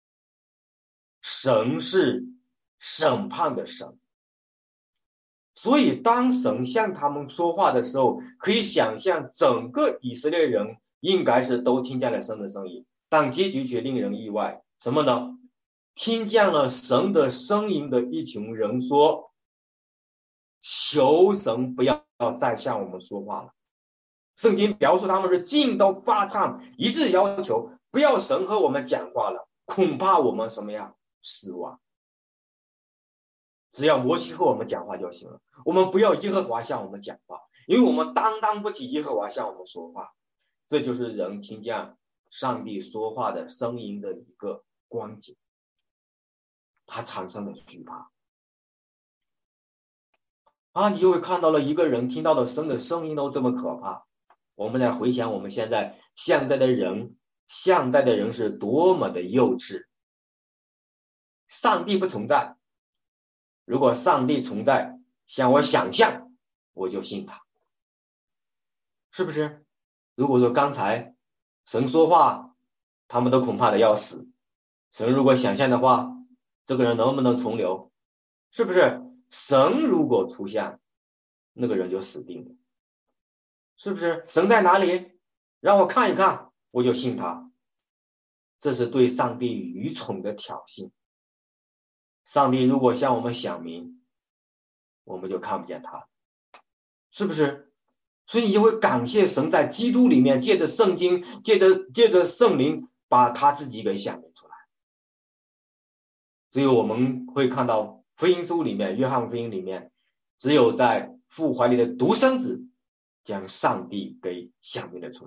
神是审判的神。所以当神向他们说话的时候，可以想象整个以色列人应该是都听见了神的声音，但结局却令人意外。什么呢？听见了神的声音的一群人说，求神不要再向我们说话了。 圣经描述他们是尽都发唱，一致要求不要神和我们讲话了，恐怕我们什么呀死亡。只要摩西和我们讲话就行了，我们不要耶和华向我们讲话，因为我们担当不起耶和华向我们说话。这就是人听见上帝说话的声音的一个光景，他产生了惧怕你就会看到了一个人听到的神的声音都这么可怕。我们来回想我们现在现代的人是多么的幼稚。上帝不存在，如果上帝存在，像我想象，我就信他，是不是？如果说刚才神说话，他们都恐怕的要死，神如果想象的话，这个人能不能存留？是不是？神如果出现，那个人就死定了，是不是？神在哪里？让我看一看，我就信他。这是对上帝愚蠢的挑衅。上帝如果向我们显明，我们就看不见他，是不是？所以你就会感谢神在基督里面，借着圣经，借着圣灵，把他自己给显明出来。所以我们会看到福音书里面，约翰福音里面，只有在父怀里的独生子将上帝给显明了出来。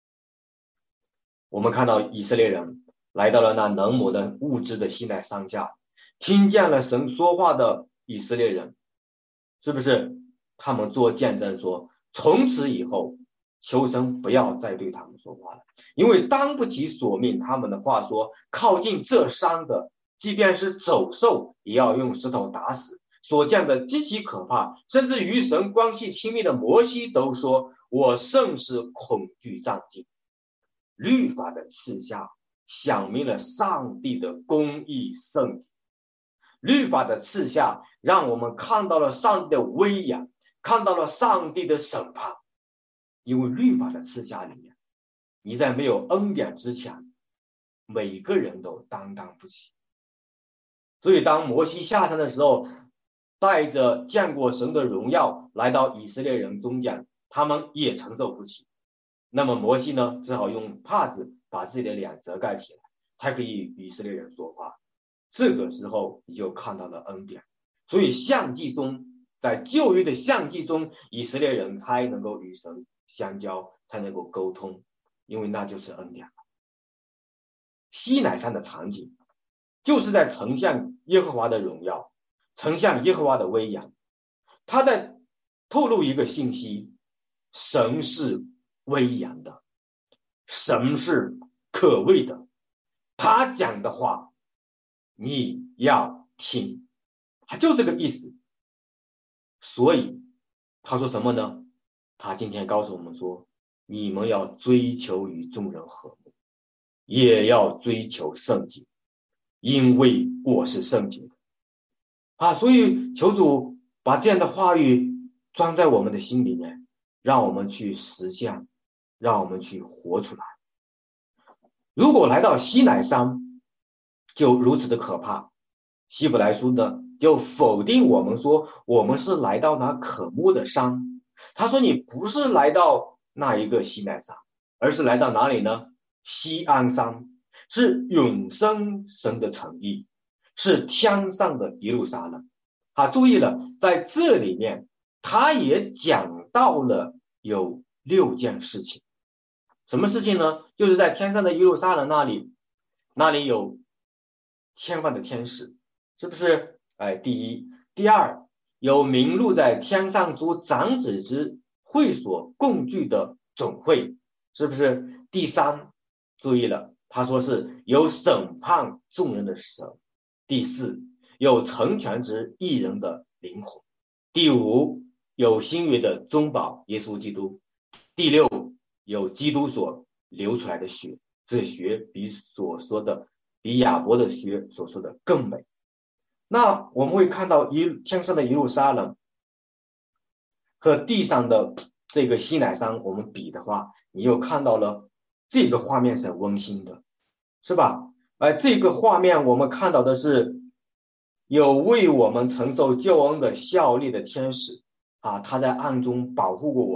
我们看到以色列人来到了那能摸的物质的西奈山下，听见了神说话的以色列人，是不是？他们做见证说，从此以后求神不要再对他们说话了，因为当不起所命。他们的话说，靠近这山的，即便是走兽也要用石头打死。所见的极其可怕，甚至与神关系亲密的摩西都说，我甚是恐惧战兢。律法的赐下显明了上帝的公义圣洁，律法的赐下让我们看到了上帝的威严，看到了上帝的审判。因为律法的赐下里面，你在没有恩典之前，每个人都担当不起。所以当摩西下山的时候，带着见过神的荣耀来到以色列人中间，他们也承受不起。那么摩西呢，只好用帕子把自己的脸遮盖起来，才可以与以色列人说话。这个时候你就看到了恩典。所以象记中，在旧约的象记中，以色列人才能够与神相交，才能够沟通，因为那就是恩典。西乃山的场景就是在呈现耶和华的荣耀，呈现耶和华的威严。他在透露一个信息，神是威严的，神是可畏的，他讲的话你要听，就这个意思。所以他说什么呢？他今天告诉我们说，你们要追求与众人和睦，也要追求圣洁，因为我是圣洁的。所以求主把这样的话语装在我们的心里面，让我们去实现，让我们去活出来。如果来到西乃山就如此的可怕，希伯来书呢就否定我们说我们是来到那可慕的山。他说你不是来到那一个西乃山，而是来到哪里呢？西安山，是永生神的城邑，是天上的耶路撒冷。注意了，在这里面他也讲到了有6件事情。什么事情呢？就是在天上的耶路撒冷那里有千万的天使，是不是？第一。第二，有名录在天上诸长子之会所共聚的总会，是不是？第三，注意了，他说是有审判众人的神。第四，有成全之义人的灵魂。第五，有新约的中保耶稣基督。第六，有基督所流出来的血，这血比亚伯的血所说的更美。那我们会看到天上的耶路撒冷和地上的这个西乃山，我们比的话，你又看到了这个画面是温馨的，是吧？这个画面我们看到的是有为我们承受救恩的效力的天使他在暗中保护过我们，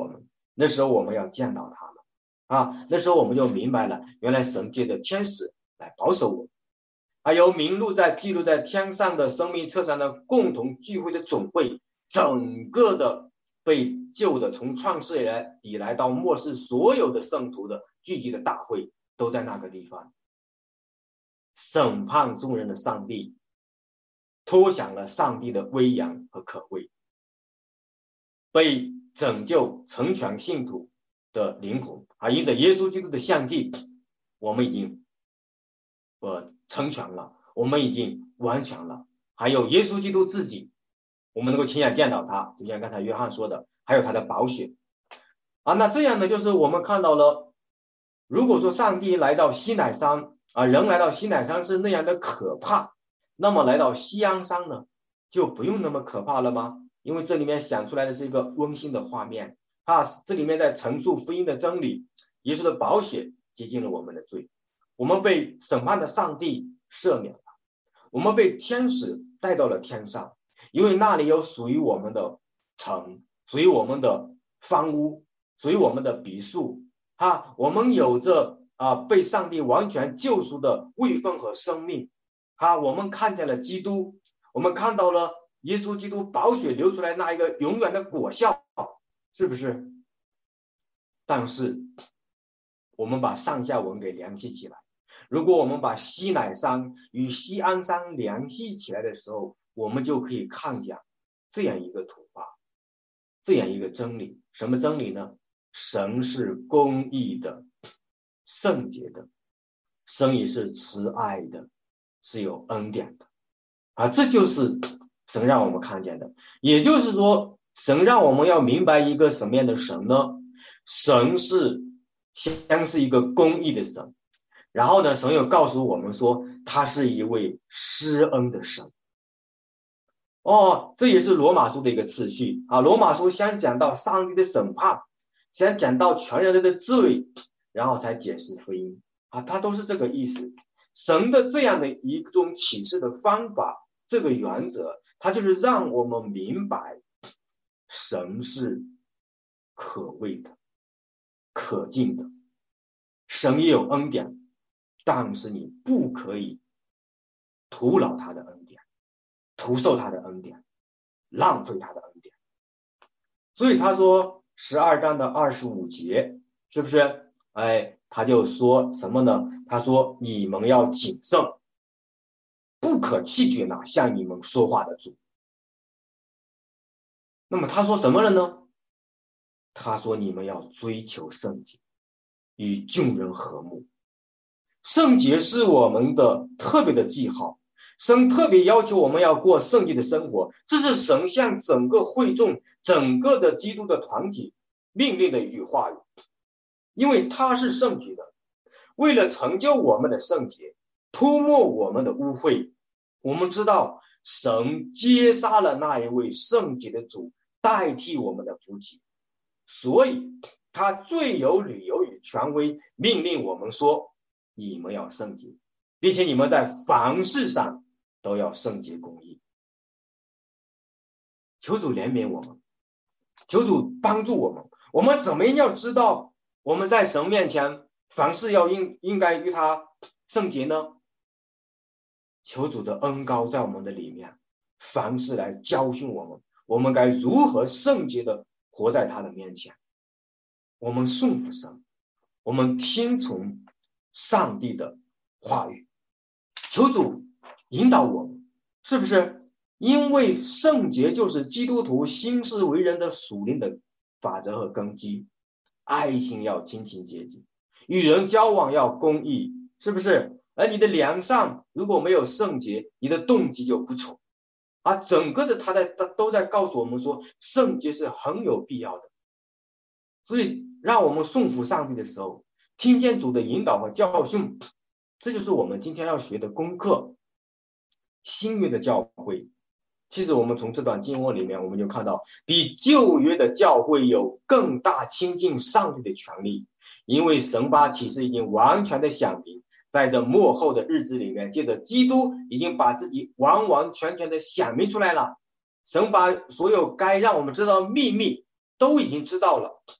那时候我们要见到他们那时候我们就明白了，原来神借着天使来保守我们，还有名录在记录在天上的生命册上的共同聚会的总会，整个的被救的从创世以来到末世所有的圣徒的聚集的大会都在那个地方。审判众人的上帝托响了上帝的威严和可畏，被拯救成全信徒的灵魂因着耶稣基督的相继，我们已经成全了，我们已经完全了。还有耶稣基督自己，我们能够亲眼见到他，就像刚才约翰说的，还有他的宝血那这样呢，就是我们看到了，如果说上帝来到西乃山人来到西乃山是那样的可怕，那么来到西安山呢，就不用那么可怕了吗？因为这里面想出来的是一个温馨的画面这里面在陈述福音的真理，耶稣的宝血洁净了我们的罪，我们被审判的上帝赦免了，我们被天使带到了天上，因为那里有属于我们的城，属于我们的房屋，属于我们的别墅我们有着被上帝完全救赎的位分和生命我们看见了基督，我们看到了耶稣基督宝血流出来那一个永远的果效，是不是？但是我们把上下文给联系起来，如果我们把西乃山与西安山联系起来的时候，我们就可以看见这样一个图画，这样一个真理。什么真理呢？神是公义的，圣洁的，神也是慈爱的，是有恩典的这就是神让我们看见的。也就是说，神让我们要明白一个什么样的神呢？神是先是一个公义的神，然后呢，神又告诉我们说他是一位施恩的神这也是罗马书的一个次序罗马书先讲到上帝的审判，先讲到全人类的罪，然后才解释福音它都是这个意思。神的这样的一种启示的方法，这个原则，它就是让我们明白神是可畏的，可敬的，神也有恩典，但是你不可以徒劳他的恩典，徒受他的恩典，浪费他的恩典。所以他说12章的25节，是不是他就说什么呢？他说你们要谨慎，不可弃绝那向你们说话的主。那么他说什么了呢？他说你们要追求圣洁，与众人和睦。圣洁是我们的特别的记号，神特别要求我们要过圣洁的生活，这是神向整个会众，整个的基督的团体命令的一句话语。因为他是圣洁的，为了成就我们的圣洁，涂抹我们的污秽，我们知道神接杀了那一位圣洁的主，代替我们的福气，所以他最有理由与权威命令我们说，你们要圣洁，并且你们在凡事上都要圣洁公义。求主怜悯我们，求主帮助我们，我们怎么样要知道我们在神面前凡事要应该与他圣洁呢？求主的恩膏在我们的里面，凡事来教训我们，我们该如何圣洁的活在他的面前。我们顺服神，我们听从上帝的话语，求主引导我们，是不是？因为圣洁就是基督徒行事为人的属灵的法则和根基。爱心要亲情接近，与人交往要公义，是不是？而你的良善如果没有圣洁，你的动机就不纯整个的他都在告诉我们说，圣洁是很有必要的。所以让我们顺服上帝的时候，听见主的引导和教训，这就是我们今天要学的功课。新约的教会，其实我们从这段经文里面，我们就看到比旧约的教会有更大亲近上帝的权利，因为神把启示已经完全的显明，在这末后的日子里面，借着基督已经把自己完完全全的显明出来了。神把所有该让我们知道的秘密都已经知道了。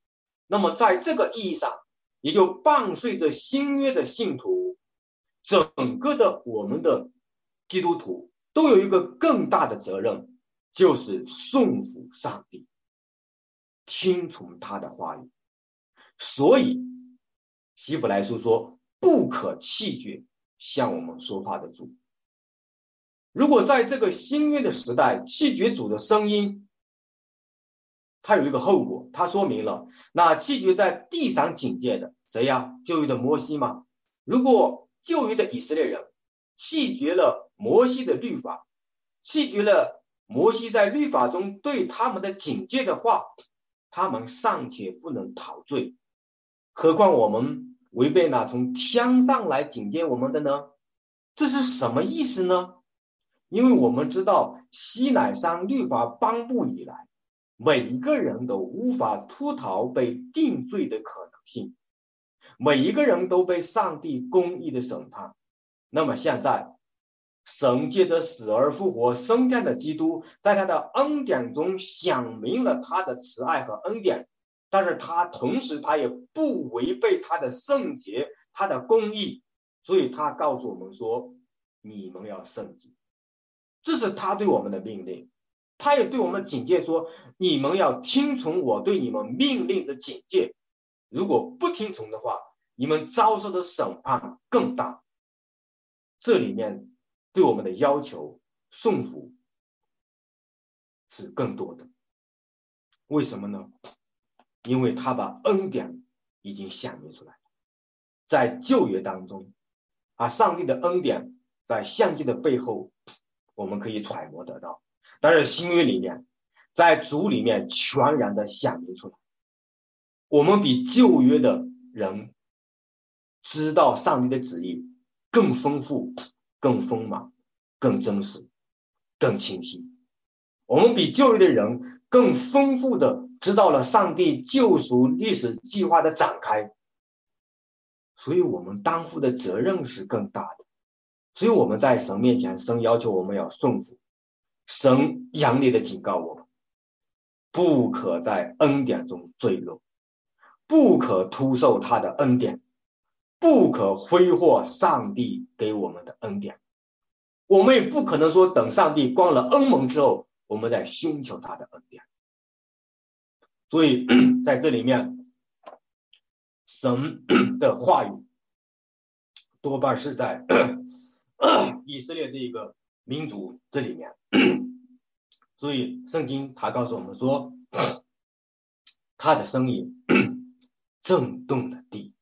那么在这个意义上，也就伴随着新约的信徒，整个的我们的基督徒都有一个更大的责任，就是顺服上帝，听从他的话语。所以希伯来书说，不可弃绝向我们说话的主。如果在这个新约的时代弃绝主的声音，它有一个后果，它说明了那弃绝在地上警戒的谁呀？旧约的摩西吗？如果旧约的以色列人弃绝了摩西的律法，弃绝了摩西在律法中对他们的警戒的话，他们尚且不能逃罪，何况我们违背那从天上来警戒我们的呢？这是什么意思呢？因为我们知道西乃山律法颁布以来，每一个人都无法脱逃被定罪的可能性，每一个人都被上帝公义的审判。那么现在神借着死而复活升天的基督，在他的恩典中显明了他的慈爱和恩典，但是他同时他也不违背他的圣洁，他的公义，所以他告诉我们说，你们要圣洁，这是他对我们的命令。他也对我们警戒说，你们要听从我对你们命令的警戒，如果不听从的话，你们遭受的审判更大。这里面对我们的要求顺服是更多的。为什么呢？因为他把恩典已经显明出来了。在旧约当中上帝的恩典在象记的背后我们可以揣摩得到，但是新约里面在主里面全然的显明出来。我们比旧约的人知道上帝的旨意更丰富、更丰满、更真实、更清晰。我们比旧约的人更丰富的知道了上帝救赎历史计划的展开，所以我们担负的责任是更大的。所以我们在神面前，神要求我们要顺服，神严厉的警告我们，不可在恩典中坠落，不可突受他的恩典，不可挥霍上帝给我们的恩典。我们也不可能说等上帝关了恩门之后，我们再寻求他的恩典。所以在这里面，神的话语多半是在以色列这个民族这里面。所以圣经他告诉我们说，他的声音震动了地。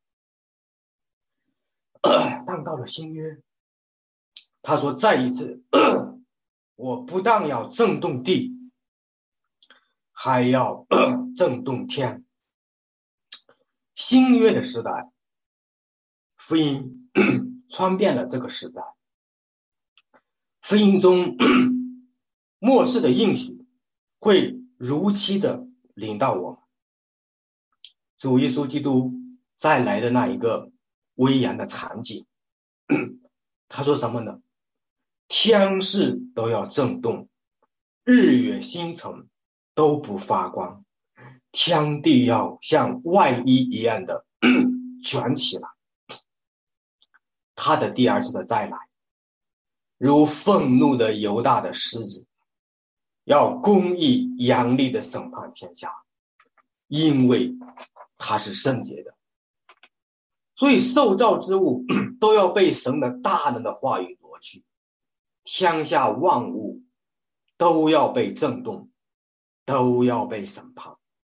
但到了新约，他说再一次，我不但要震动地，还要震动天。新约的时代，福音传遍了这个时代，福音中末世的应许会如期的临到我们。主耶稣基督再来的那一个威严的场景，他说什么呢？天势都要震动，日月星辰都不发光，天地要像外衣一样的卷起来。他的第二次的再来，如愤怒的犹大的狮子，要公义严厉的审判天下，因为他是圣洁的。所以受造之物都要被神的大能的话语夺去，天下万物都要被震动，都要被审判。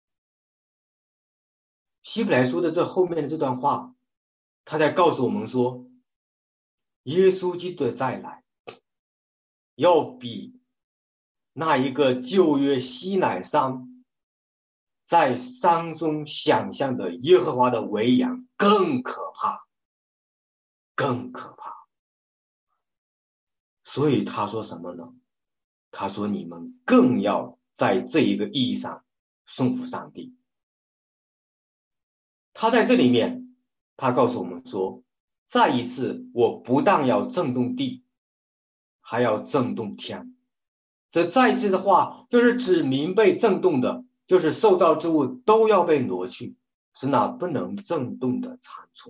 希伯来书的这后面的这段话，他在告诉我们说，耶稣基督的再来要比那一个旧约西乃山在山中想象的耶和华的威严更可怕，更可怕。所以他说什么呢？他说你们更要在这一个意义上顺服上帝。他在这里面他告诉我们说，再一次我不但要震动地，还要震动天。这再一次的话就是指明被震动的，就是受造之物都要被挪去， 是那不能震动的残存。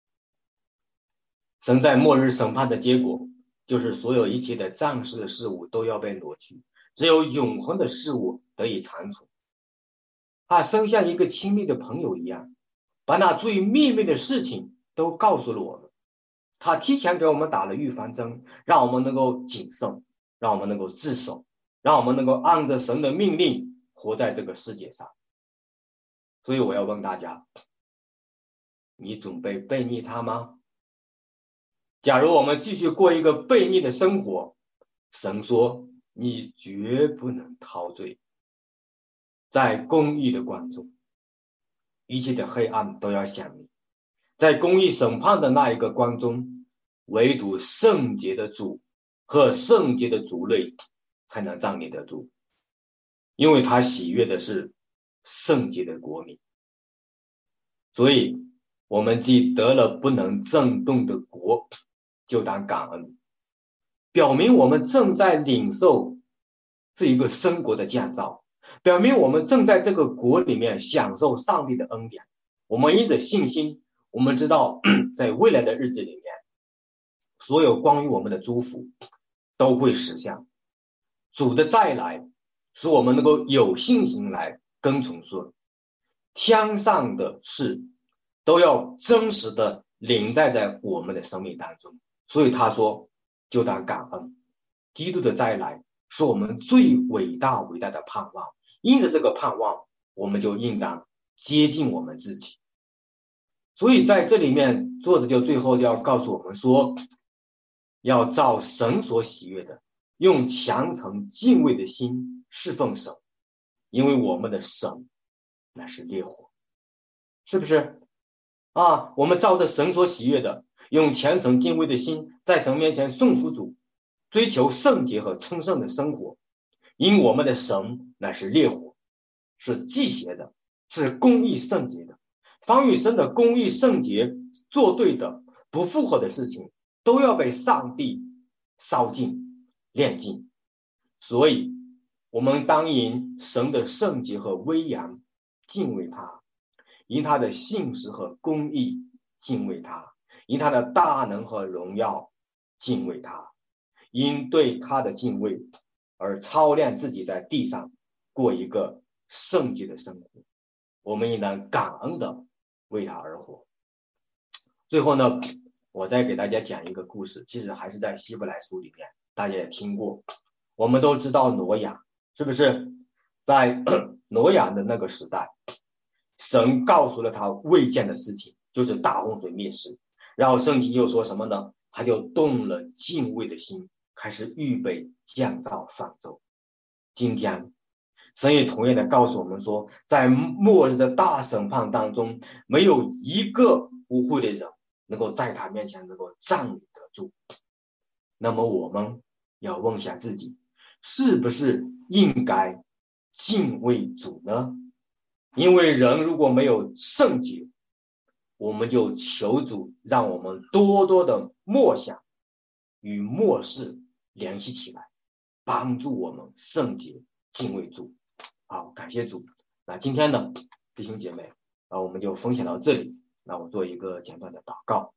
神在末日审判的结果，就是所有一切的暂时的事物都要被挪去，只有永恒的事物得以残存。他生像一个亲密的朋友一样，把那最秘密的事情都告诉了我们。他提前给我们打了预防针，让我们能够谨慎，让我们能够自守，让我们能够按着神的命令活在这个世界上。所以我要问大家，你准备背逆他吗？假如我们继续过一个悖逆的生活，神说你绝不能逃罪。在公义的光中，一切的黑暗都要显明。在公义审判的那一个光中，唯独圣洁的主和圣洁的族类才能站立得住，因为他喜悦的是圣洁的国民。所以我们既得了不能震动的国，就当感恩，表明我们正在领受这一个生国的建造，表明我们正在这个国里面享受上帝的恩典。我们因着信心，我们知道在未来的日子里面，所有关于我们的祝福都会实现。主的再来使我们能够有信心来跟从，说天上的事都要真实的临在我们的生命当中。所以他说就当感恩，基督的再来是我们最伟大的盼望。因着这个盼望，我们就应当接近我们自己。所以在这里面，作者就最后要告诉我们说，要照神所喜悦的，用虔诚敬畏的心侍奉神，因为我们的神乃是烈火。是不是啊？我们照着神所喜悦的，用虔诚敬畏的心在神面前顺服主，追求圣洁和称圣的生活。因我们的神乃是烈火，是忌邪的，是公义圣洁的。凡与神的公义圣洁作对的不符合的事情，都要被上帝烧尽炼尽。所以我们当因神的圣洁和威严敬畏他，因他的信实和公义敬畏他，因他的大能和荣耀敬畏他，因对他的敬畏而操练自己在地上过一个圣洁的生活。我们应当感恩的为他而活。最后呢，我再给大家讲一个故事，其实还是在希伯来书里面，大家也听过。我们都知道挪亚，是不是？在挪亚的那个时代，神告诉了他未见的事情，就是大洪水灭世。然后圣经又说什么呢？他就动了敬畏的心，开始预备建造方舟。今天神也同样的告诉我们说，在末日的大审判当中，没有一个污秽的人能够在他面前能够站立得住。那么我们要问一下自己，是不是应该敬畏主呢？因为人如果没有圣洁，我们就求主让我们多多的默想与末世联系起来，帮助我们圣洁敬畏主。好，感谢主。那今天呢，弟兄姐妹，我们就分享到这里。那我做一个简短的祷告。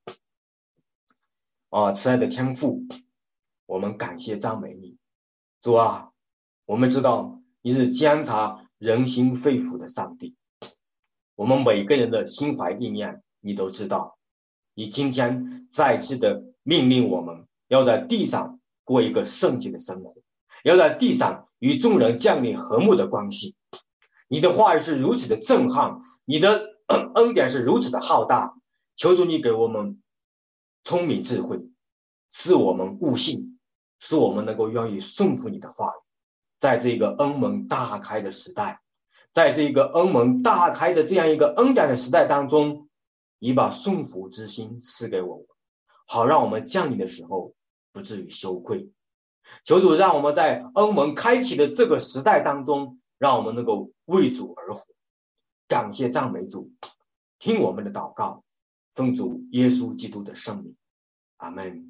慈爱的天父，我们感谢赞美你。主啊，我们知道你是监察人心肺腑的上帝，我们每个人的心怀意念你都知道。你今天再次的命令我们要在地上过一个圣洁的生活，要在地上与众人建立和睦的关系。你的话语是如此的震撼，你的恩典是如此的浩大，求主你给我们聪明智慧，赐我们悟性，使我们能够愿意顺服你的话语。在这个恩门大开的时代，在这个恩门大开的这样一个恩典的时代当中，你把顺服之心赐给我们，好让我们降临的时候不至于羞愧。求主让我们在恩门开启的这个时代当中，让我们能够为主而活。感谢赞美主，听我们的祷告，奉主耶稣基督的圣名，阿们。